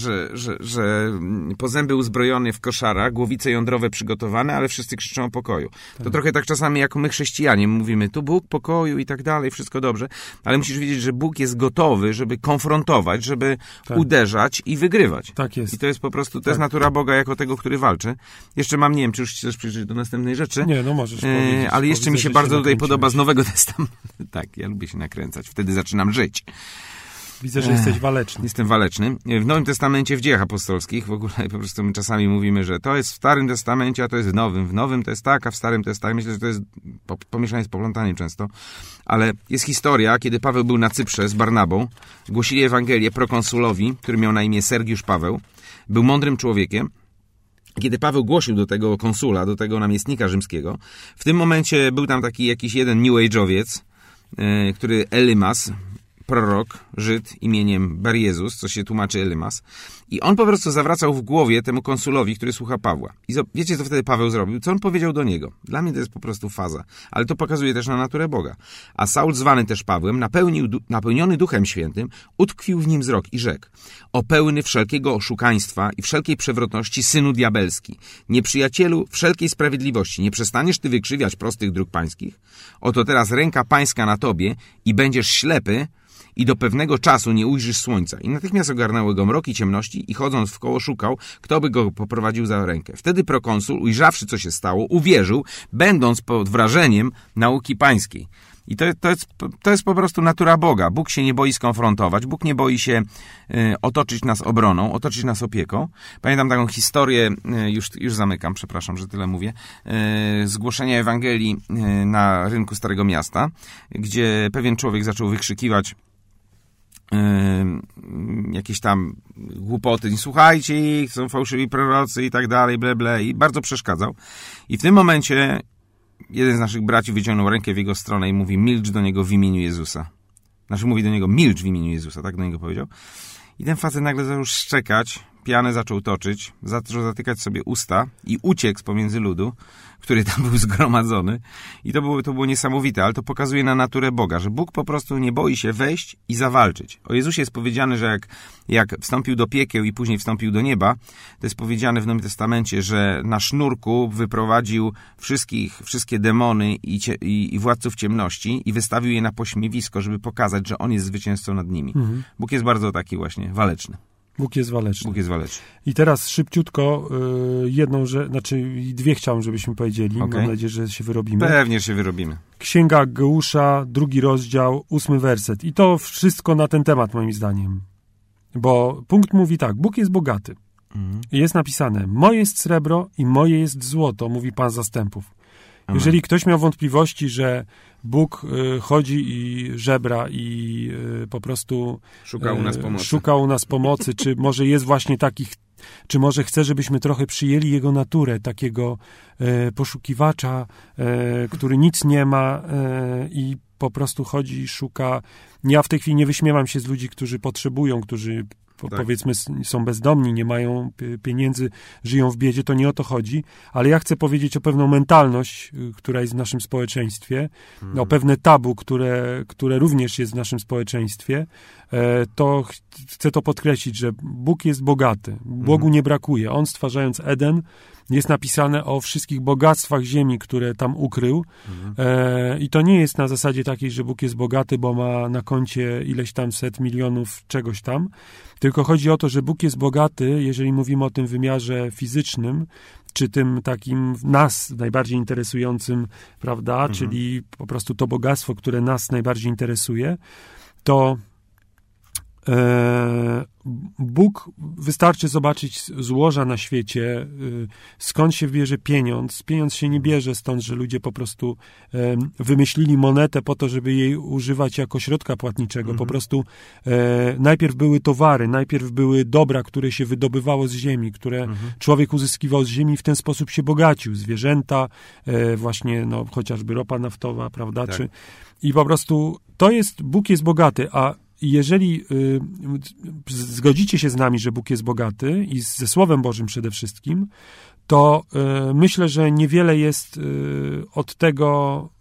Że po zęby uzbrojony w koszara, głowice jądrowe przygotowane, ale wszyscy krzyczą o pokoju. To trochę tak czasami jak my chrześcijanie mówimy: tu Bóg, pokoju i tak dalej, wszystko dobrze, ale musisz wiedzieć, że Bóg jest gotowy, żeby konfrontować, żeby uderzać i wygrywać. Tak jest. I to jest po prostu, to jest natura Boga jako tego, który walczy. Jeszcze mam, nie wiem, czy już chcesz przejrzeć do następnej rzeczy. Nie, no możesz powiedzieć. Ale jeszcze mi się bardzo tutaj podoba z Nowego Testamentu. Tak, ja lubię się nakręcać. Wtedy zaczynam żyć. Widzę, że jesteś waleczny. Jestem waleczny. W Nowym Testamencie, w Dziejach Apostolskich, w ogóle po prostu my czasami mówimy, że to jest w Starym Testamencie, a to jest w Nowym. W Nowym to jest tak, a w Starym to jest tak. Myślę, że to jest pomieszanie z poplątaniem często. Ale jest historia, kiedy Paweł był na Cyprze z Barnabą. Głosili Ewangelię prokonsulowi, który miał na imię Sergiusz Paweł. Był mądrym człowiekiem. Kiedy Paweł głosił do tego konsula, do tego namiestnika rzymskiego, w tym momencie był tam taki jakiś jeden New Age'owiec, który Elymas, prorok, Żyd imieniem Bar Jezus, co się tłumaczy Elymas. I on po prostu zawracał w głowie temu konsulowi, który słucha Pawła. I wiecie, co wtedy Paweł zrobił? Co on powiedział do niego? Dla mnie to jest po prostu faza. Ale to pokazuje też na naturę Boga. A Saul, zwany też Pawłem, napełniony Duchem Świętym, utkwił w nim wzrok i rzekł: o pełny wszelkiego oszukaństwa i wszelkiej przewrotności, synu diabelski, nieprzyjacielu wszelkiej sprawiedliwości, nie przestaniesz ty wykrzywiać prostych dróg pańskich? Oto teraz ręka pańska na tobie i będziesz ślepy i do pewnego czasu nie ujrzysz słońca. I natychmiast ogarnęły go mroki ciemności i chodząc wkoło szukał, kto by go poprowadził za rękę. Wtedy prokonsul, ujrzawszy, co się stało, uwierzył, będąc pod wrażeniem nauki pańskiej. I to jest po prostu natura Boga. Bóg się nie boi skonfrontować, Bóg nie boi się otoczyć nas obroną, otoczyć nas opieką. Pamiętam taką historię, już zamykam, przepraszam, że tyle mówię, zgłoszenia Ewangelii na rynku Starego Miasta, gdzie pewien człowiek zaczął wykrzykiwać jakieś tam głupoty, słuchajcie ich, są fałszywi prorocy i tak dalej, ble, i bardzo przeszkadzał. I w tym momencie jeden z naszych braci wyciągnął rękę w jego stronę i mówi: milcz do niego w imieniu Jezusa. Mówi do niego: milcz w imieniu Jezusa, tak do niego powiedział. I ten facet nagle zaczął szczekać, pianę zaczął toczyć, zaczął zatykać sobie usta i uciekł z pomiędzy ludu, który tam był zgromadzony. I to było niesamowite, ale to pokazuje na naturę Boga, że Bóg po prostu nie boi się wejść i zawalczyć. O Jezusie jest powiedziane, że jak wstąpił do piekieł i później wstąpił do nieba, to jest powiedziane w Nowym Testamencie, że na sznurku wyprowadził wszystkie demony i władców ciemności i wystawił je na pośmiewisko, żeby pokazać, że On jest zwycięzcą nad nimi. Mhm. Bóg jest bardzo taki właśnie waleczny. Bóg jest waleczny. Bóg jest waleczny. I teraz szybciutko dwie chciałem, żebyśmy powiedzieli. Okay. Mam nadzieję, że się wyrobimy. Pewnie się wyrobimy. Księga Geusza, 2 rozdział, 8 werset. I to wszystko na ten temat, moim zdaniem. Bo punkt mówi tak: Bóg jest bogaty. I jest napisane: moje jest srebro i moje jest złoto, mówi Pan zastępów. Amen. Jeżeli ktoś miał wątpliwości, że Bóg chodzi i żebra i po prostu szuka u nas pomocy, czy może jest właśnie takich, czy może chce, żebyśmy trochę przyjęli Jego naturę, takiego poszukiwacza, który nic nie ma i po prostu chodzi i szuka. Ja w tej chwili nie wyśmiewam się z ludzi, którzy potrzebują, którzy powiedzmy są bezdomni, nie mają pieniędzy, żyją w biedzie, to nie o to chodzi, ale ja chcę powiedzieć o pewną mentalność, która jest w naszym społeczeństwie, o pewne tabu, które również jest w naszym społeczeństwie, to chcę to podkreślić, że Bóg jest bogaty, Bogu nie brakuje. On, stwarzając Eden, jest napisane o wszystkich bogactwach ziemi, które tam ukrył. I to nie jest na zasadzie takiej, że Bóg jest bogaty, bo ma na koncie ileś tam set milionów czegoś tam, tylko chodzi o to, że Bóg jest bogaty, jeżeli mówimy o tym wymiarze fizycznym, czy tym takim nas najbardziej interesującym, prawda, czyli po prostu to bogactwo, które nas najbardziej interesuje, to Bóg, wystarczy zobaczyć złoża na świecie, skąd się bierze pieniądz. Pieniądz się nie bierze stąd, że ludzie po prostu wymyślili monetę po to, żeby jej używać jako środka płatniczego. Po prostu najpierw były towary, najpierw były dobra, które się wydobywało z ziemi, które człowiek uzyskiwał z ziemi i w ten sposób się bogacił. Zwierzęta, właśnie chociażby ropa naftowa, prawda? Tak. I po prostu Bóg jest bogaty, a jeżeli zgodzicie się z nami, że Bóg jest bogaty i ze Słowem Bożym przede wszystkim, to myślę, że niewiele jest od tego,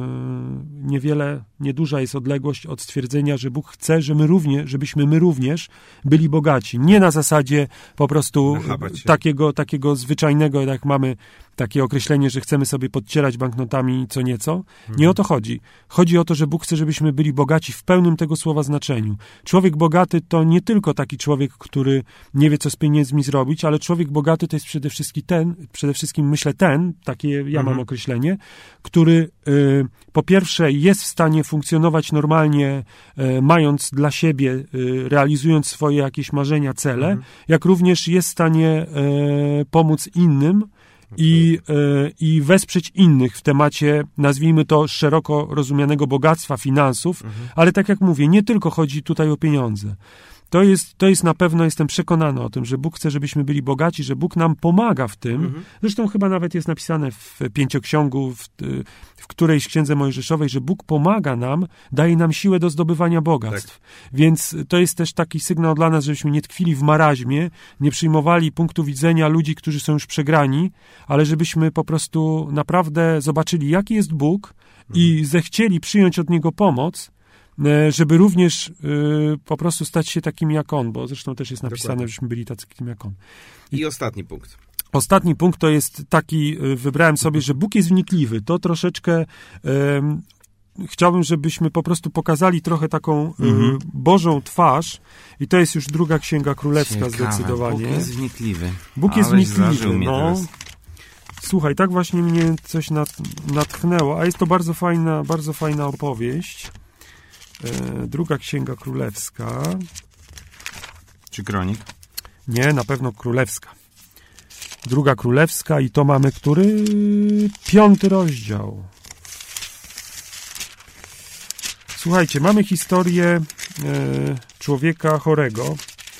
nieduża jest odległość od stwierdzenia, że Bóg chce, żebyśmy my również byli bogaci. Nie na zasadzie po prostu takiego zwyczajnego, jak mamy takie określenie, że chcemy sobie podcierać banknotami co nieco. Nie o to chodzi. Chodzi o to, że Bóg chce, żebyśmy byli bogaci w pełnym tego słowa znaczeniu. Człowiek bogaty to nie tylko taki człowiek, który nie wie, co z pieniędzmi zrobić, ale człowiek bogaty to jest przede wszystkim myślę takie ja mam określenie, który po pierwsze jest w stanie funkcjonować normalnie, mając dla siebie, realizując swoje jakieś marzenia, cele, jak również jest w stanie pomóc innym i wesprzeć innych w temacie, nazwijmy to, szeroko rozumianego bogactwa, finansów, ale tak jak mówię, nie tylko chodzi tutaj o pieniądze. To jest na pewno, jestem przekonany o tym, że Bóg chce, żebyśmy byli bogaci, że Bóg nam pomaga w tym. Zresztą chyba nawet jest napisane w Pięcioksiągu, w którejś księdze mojżeszowej, że Bóg pomaga nam, daje nam siłę do zdobywania bogactw. Tak. Więc to jest też taki sygnał dla nas, żebyśmy nie tkwili w maraźmie, nie przyjmowali punktu widzenia ludzi, którzy są już przegrani, ale żebyśmy po prostu naprawdę zobaczyli, jaki jest Bóg i zechcieli przyjąć od Niego pomoc, żeby również po prostu stać się takimi jak On, bo zresztą też jest napisane, żebyśmy byli takim jak On. I ostatni punkt. Ostatni punkt to jest taki, wybrałem sobie, że Bóg jest wnikliwy. To troszeczkę chciałbym, żebyśmy po prostu pokazali trochę taką Bożą twarz i to jest już druga Księga Królewska. Ciekawe. Zdecydowanie. Bóg jest wnikliwy. Bóg jest wnikliwy, no. Słuchaj, tak właśnie mnie coś natchnęło, a jest to bardzo fajna opowieść. Druga Księga Królewska. Czy Kronik? Nie, na pewno Królewska. Druga Królewska i to mamy który? 5 rozdział. Słuchajcie, mamy historię człowieka chorego.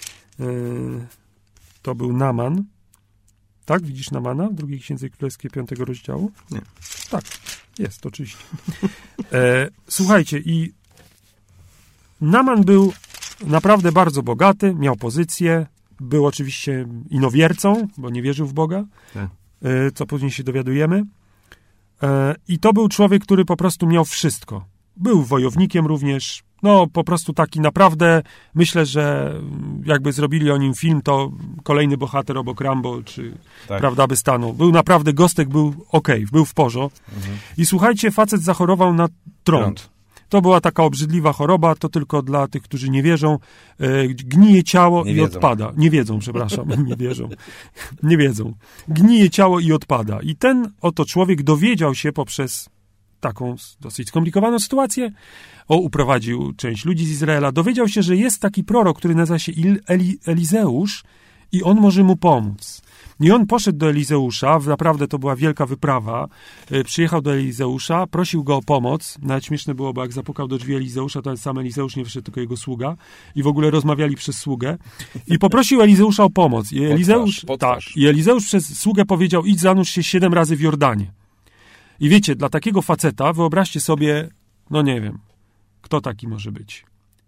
To był Naman. Tak? Widzisz Namana w drugiej Księdze Królewskiej 5 rozdziału? Nie. Tak, jest, oczywiście. Słuchajcie, i Naman był naprawdę bardzo bogaty, miał pozycję, był oczywiście inowiercą, bo nie wierzył w Boga, co później się dowiadujemy. I to był człowiek, który po prostu miał wszystko. Był wojownikiem również, no po prostu taki naprawdę, myślę, że jakby zrobili o nim film, to kolejny bohater obok Rambo, czy prawda, by stanął. Był naprawdę, Gostek był był w porządku. I słuchajcie, facet zachorował na trąd. To była taka obrzydliwa choroba, to tylko dla tych, którzy nie wierzą. Gnije ciało i odpada. Nie wiedzą, przepraszam, nie wierzą. Nie wiedzą. Gnije ciało i odpada. I ten oto człowiek dowiedział się poprzez taką dosyć skomplikowaną sytuację, uprowadził część ludzi z Izraela, dowiedział się, że jest taki prorok, który nazywa się Elizeusz i on może mu pomóc. I on poszedł do Elizeusza, naprawdę to była wielka wyprawa, przyjechał do Elizeusza, prosił go o pomoc, nawet śmieszne było, bo jak zapukał do drzwi Elizeusza, to sam Elizeusz nie wyszedł, tylko jego sługa i w ogóle rozmawiali przez sługę i poprosił Elizeusza o pomoc. I Elizeusz przez sługę powiedział, idź zanurz się 7 razy w Jordanie. I wiecie, dla takiego faceta, wyobraźcie sobie, no nie wiem, kto taki może być?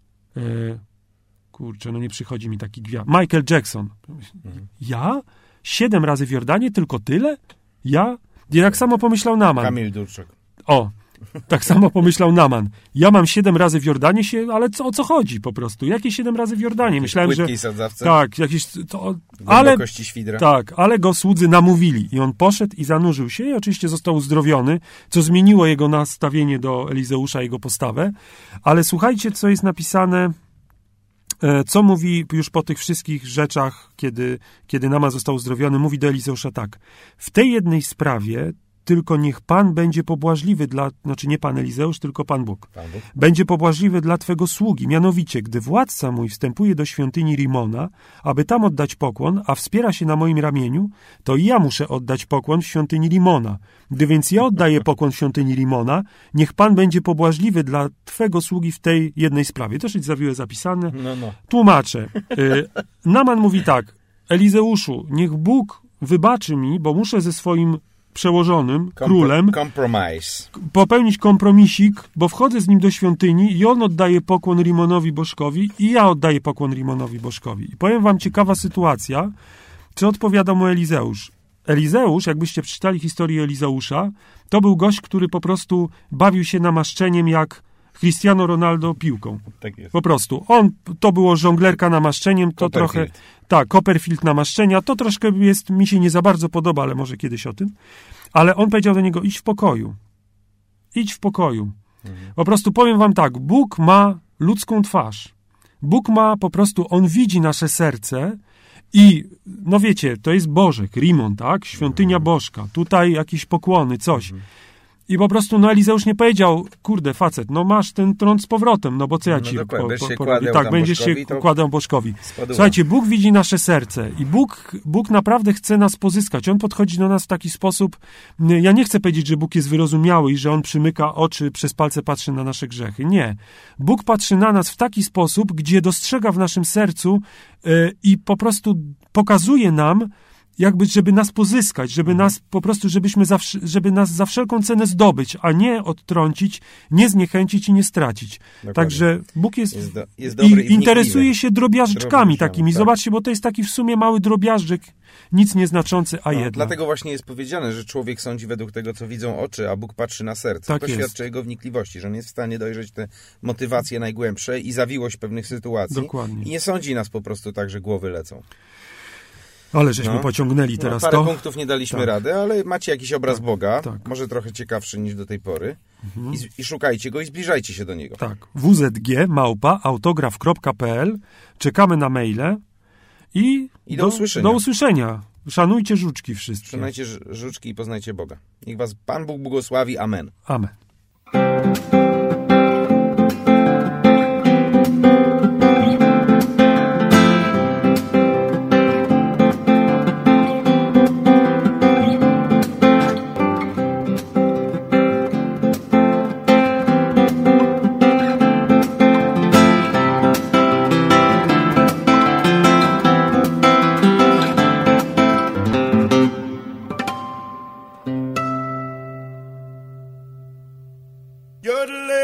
Kurczę, no nie przychodzi mi taki gwiazd. Michael Jackson. Ja? 7 razy w Jordanie? Tylko tyle? Ja? I tak samo pomyślał Naman. Kamil Durczak. Tak samo pomyślał Naman. Ja mam 7 razy w Jordanie ale o co chodzi po prostu? Jakie 7 razy w Jordanie? Myślałem, że... sadzawce. Tak, jakieś... Głębokości świdra. Tak, ale go słudzy namówili. I on poszedł i zanurzył się i oczywiście został uzdrowiony, co zmieniło jego nastawienie do Elizeusza, jego postawę. Ale słuchajcie, co jest napisane... Co mówi już po tych wszystkich rzeczach, kiedy Naman został uzdrowiony, mówi do Elizeusza tak. W tej jednej sprawie tylko niech Pan będzie pobłażliwy znaczy nie Pan Elizeusz, tylko Pan Bóg. Będzie pobłażliwy dla Twego sługi. Mianowicie, gdy władca mój wstępuje do świątyni Rimona, aby tam oddać pokłon, a wspiera się na moim ramieniu, to i ja muszę oddać pokłon w świątyni Rimona. Gdy więc ja oddaję pokłon w świątyni Rimona, niech Pan będzie pobłażliwy dla Twego sługi w tej jednej sprawie. To jest zawiłe zapisane. Tłumaczę. Naman mówi tak. Elizeuszu, niech Bóg wybaczy mi, bo muszę ze swoim przełożonym, królem, popełnić kompromisik, bo wchodzę z nim do świątyni i on oddaje pokłon Rimonowi bożkowi i ja oddaję pokłon Rimonowi bożkowi. I powiem wam, ciekawa sytuacja, co odpowiada mu Elizeusz. Elizeusz, jakbyście przeczytali historię Elizeusza, to był gość, który po prostu bawił się namaszczeniem jak Cristiano Ronaldo piłką. Tak jest. Po prostu. To było żonglerka namaszczeniem, to trochę... Tak, Copperfield namaszczenia, to troszkę mi się nie za bardzo podoba, ale może kiedyś o tym. Ale on powiedział do niego, idź w pokoju. Idź w pokoju. Po prostu powiem wam tak, Bóg ma ludzką twarz. Bóg ma po prostu, on widzi nasze serce i, no wiecie, to jest Bożek, Rimon, tak? Świątynia Bożka. Tutaj jakieś pokłony, coś. I po prostu, no Elizeusz nie powiedział, kurde, facet, no masz ten tron z powrotem, no bo co ja ci porobię? Tak, będziesz się kładał bożkowi. Słuchajcie, Bóg widzi nasze serce i Bóg naprawdę chce nas pozyskać. On podchodzi do nas w taki sposób, ja nie chcę powiedzieć, że Bóg jest wyrozumiały i że On przymyka oczy, przez palce patrzy na nasze grzechy. Nie. Bóg patrzy na nas w taki sposób, gdzie dostrzega w naszym sercu i po prostu pokazuje nam, jakby, żeby nas pozyskać, żeby nas po prostu, żeby nas za wszelką cenę zdobyć, a nie odtrącić, nie zniechęcić i nie stracić. Dokładnie. Także Bóg jest dobry i interesuje się drobiażdżkami takimi. Tak. Zobaczcie, bo to jest taki w sumie mały drobiażdżek, nic nieznaczący, a jednak. Dlatego właśnie jest powiedziane, że człowiek sądzi według tego, co widzą oczy, a Bóg patrzy na serce. Tak to jest. świadczy o jego wnikliwości, że on jest w stanie dojrzeć te motywacje najgłębsze i zawiłość pewnych sytuacji. Dokładnie. I nie sądzi nas po prostu tak, że głowy lecą. Ale żeśmy pociągnęli teraz parę to. punktów nie daliśmy rady, ale macie jakiś obraz Boga, może trochę ciekawszy niż do tej pory. I szukajcie go i zbliżajcie się do niego. Tak. wzg@autograf.pl. Czekamy na maile i do usłyszenia. Do usłyszenia. Szanujcie żuczki wszystkie. Szanujcie żuczki i poznajcie Boga. Niech was Pan Bóg błogosławi. Amen. Amen. You're the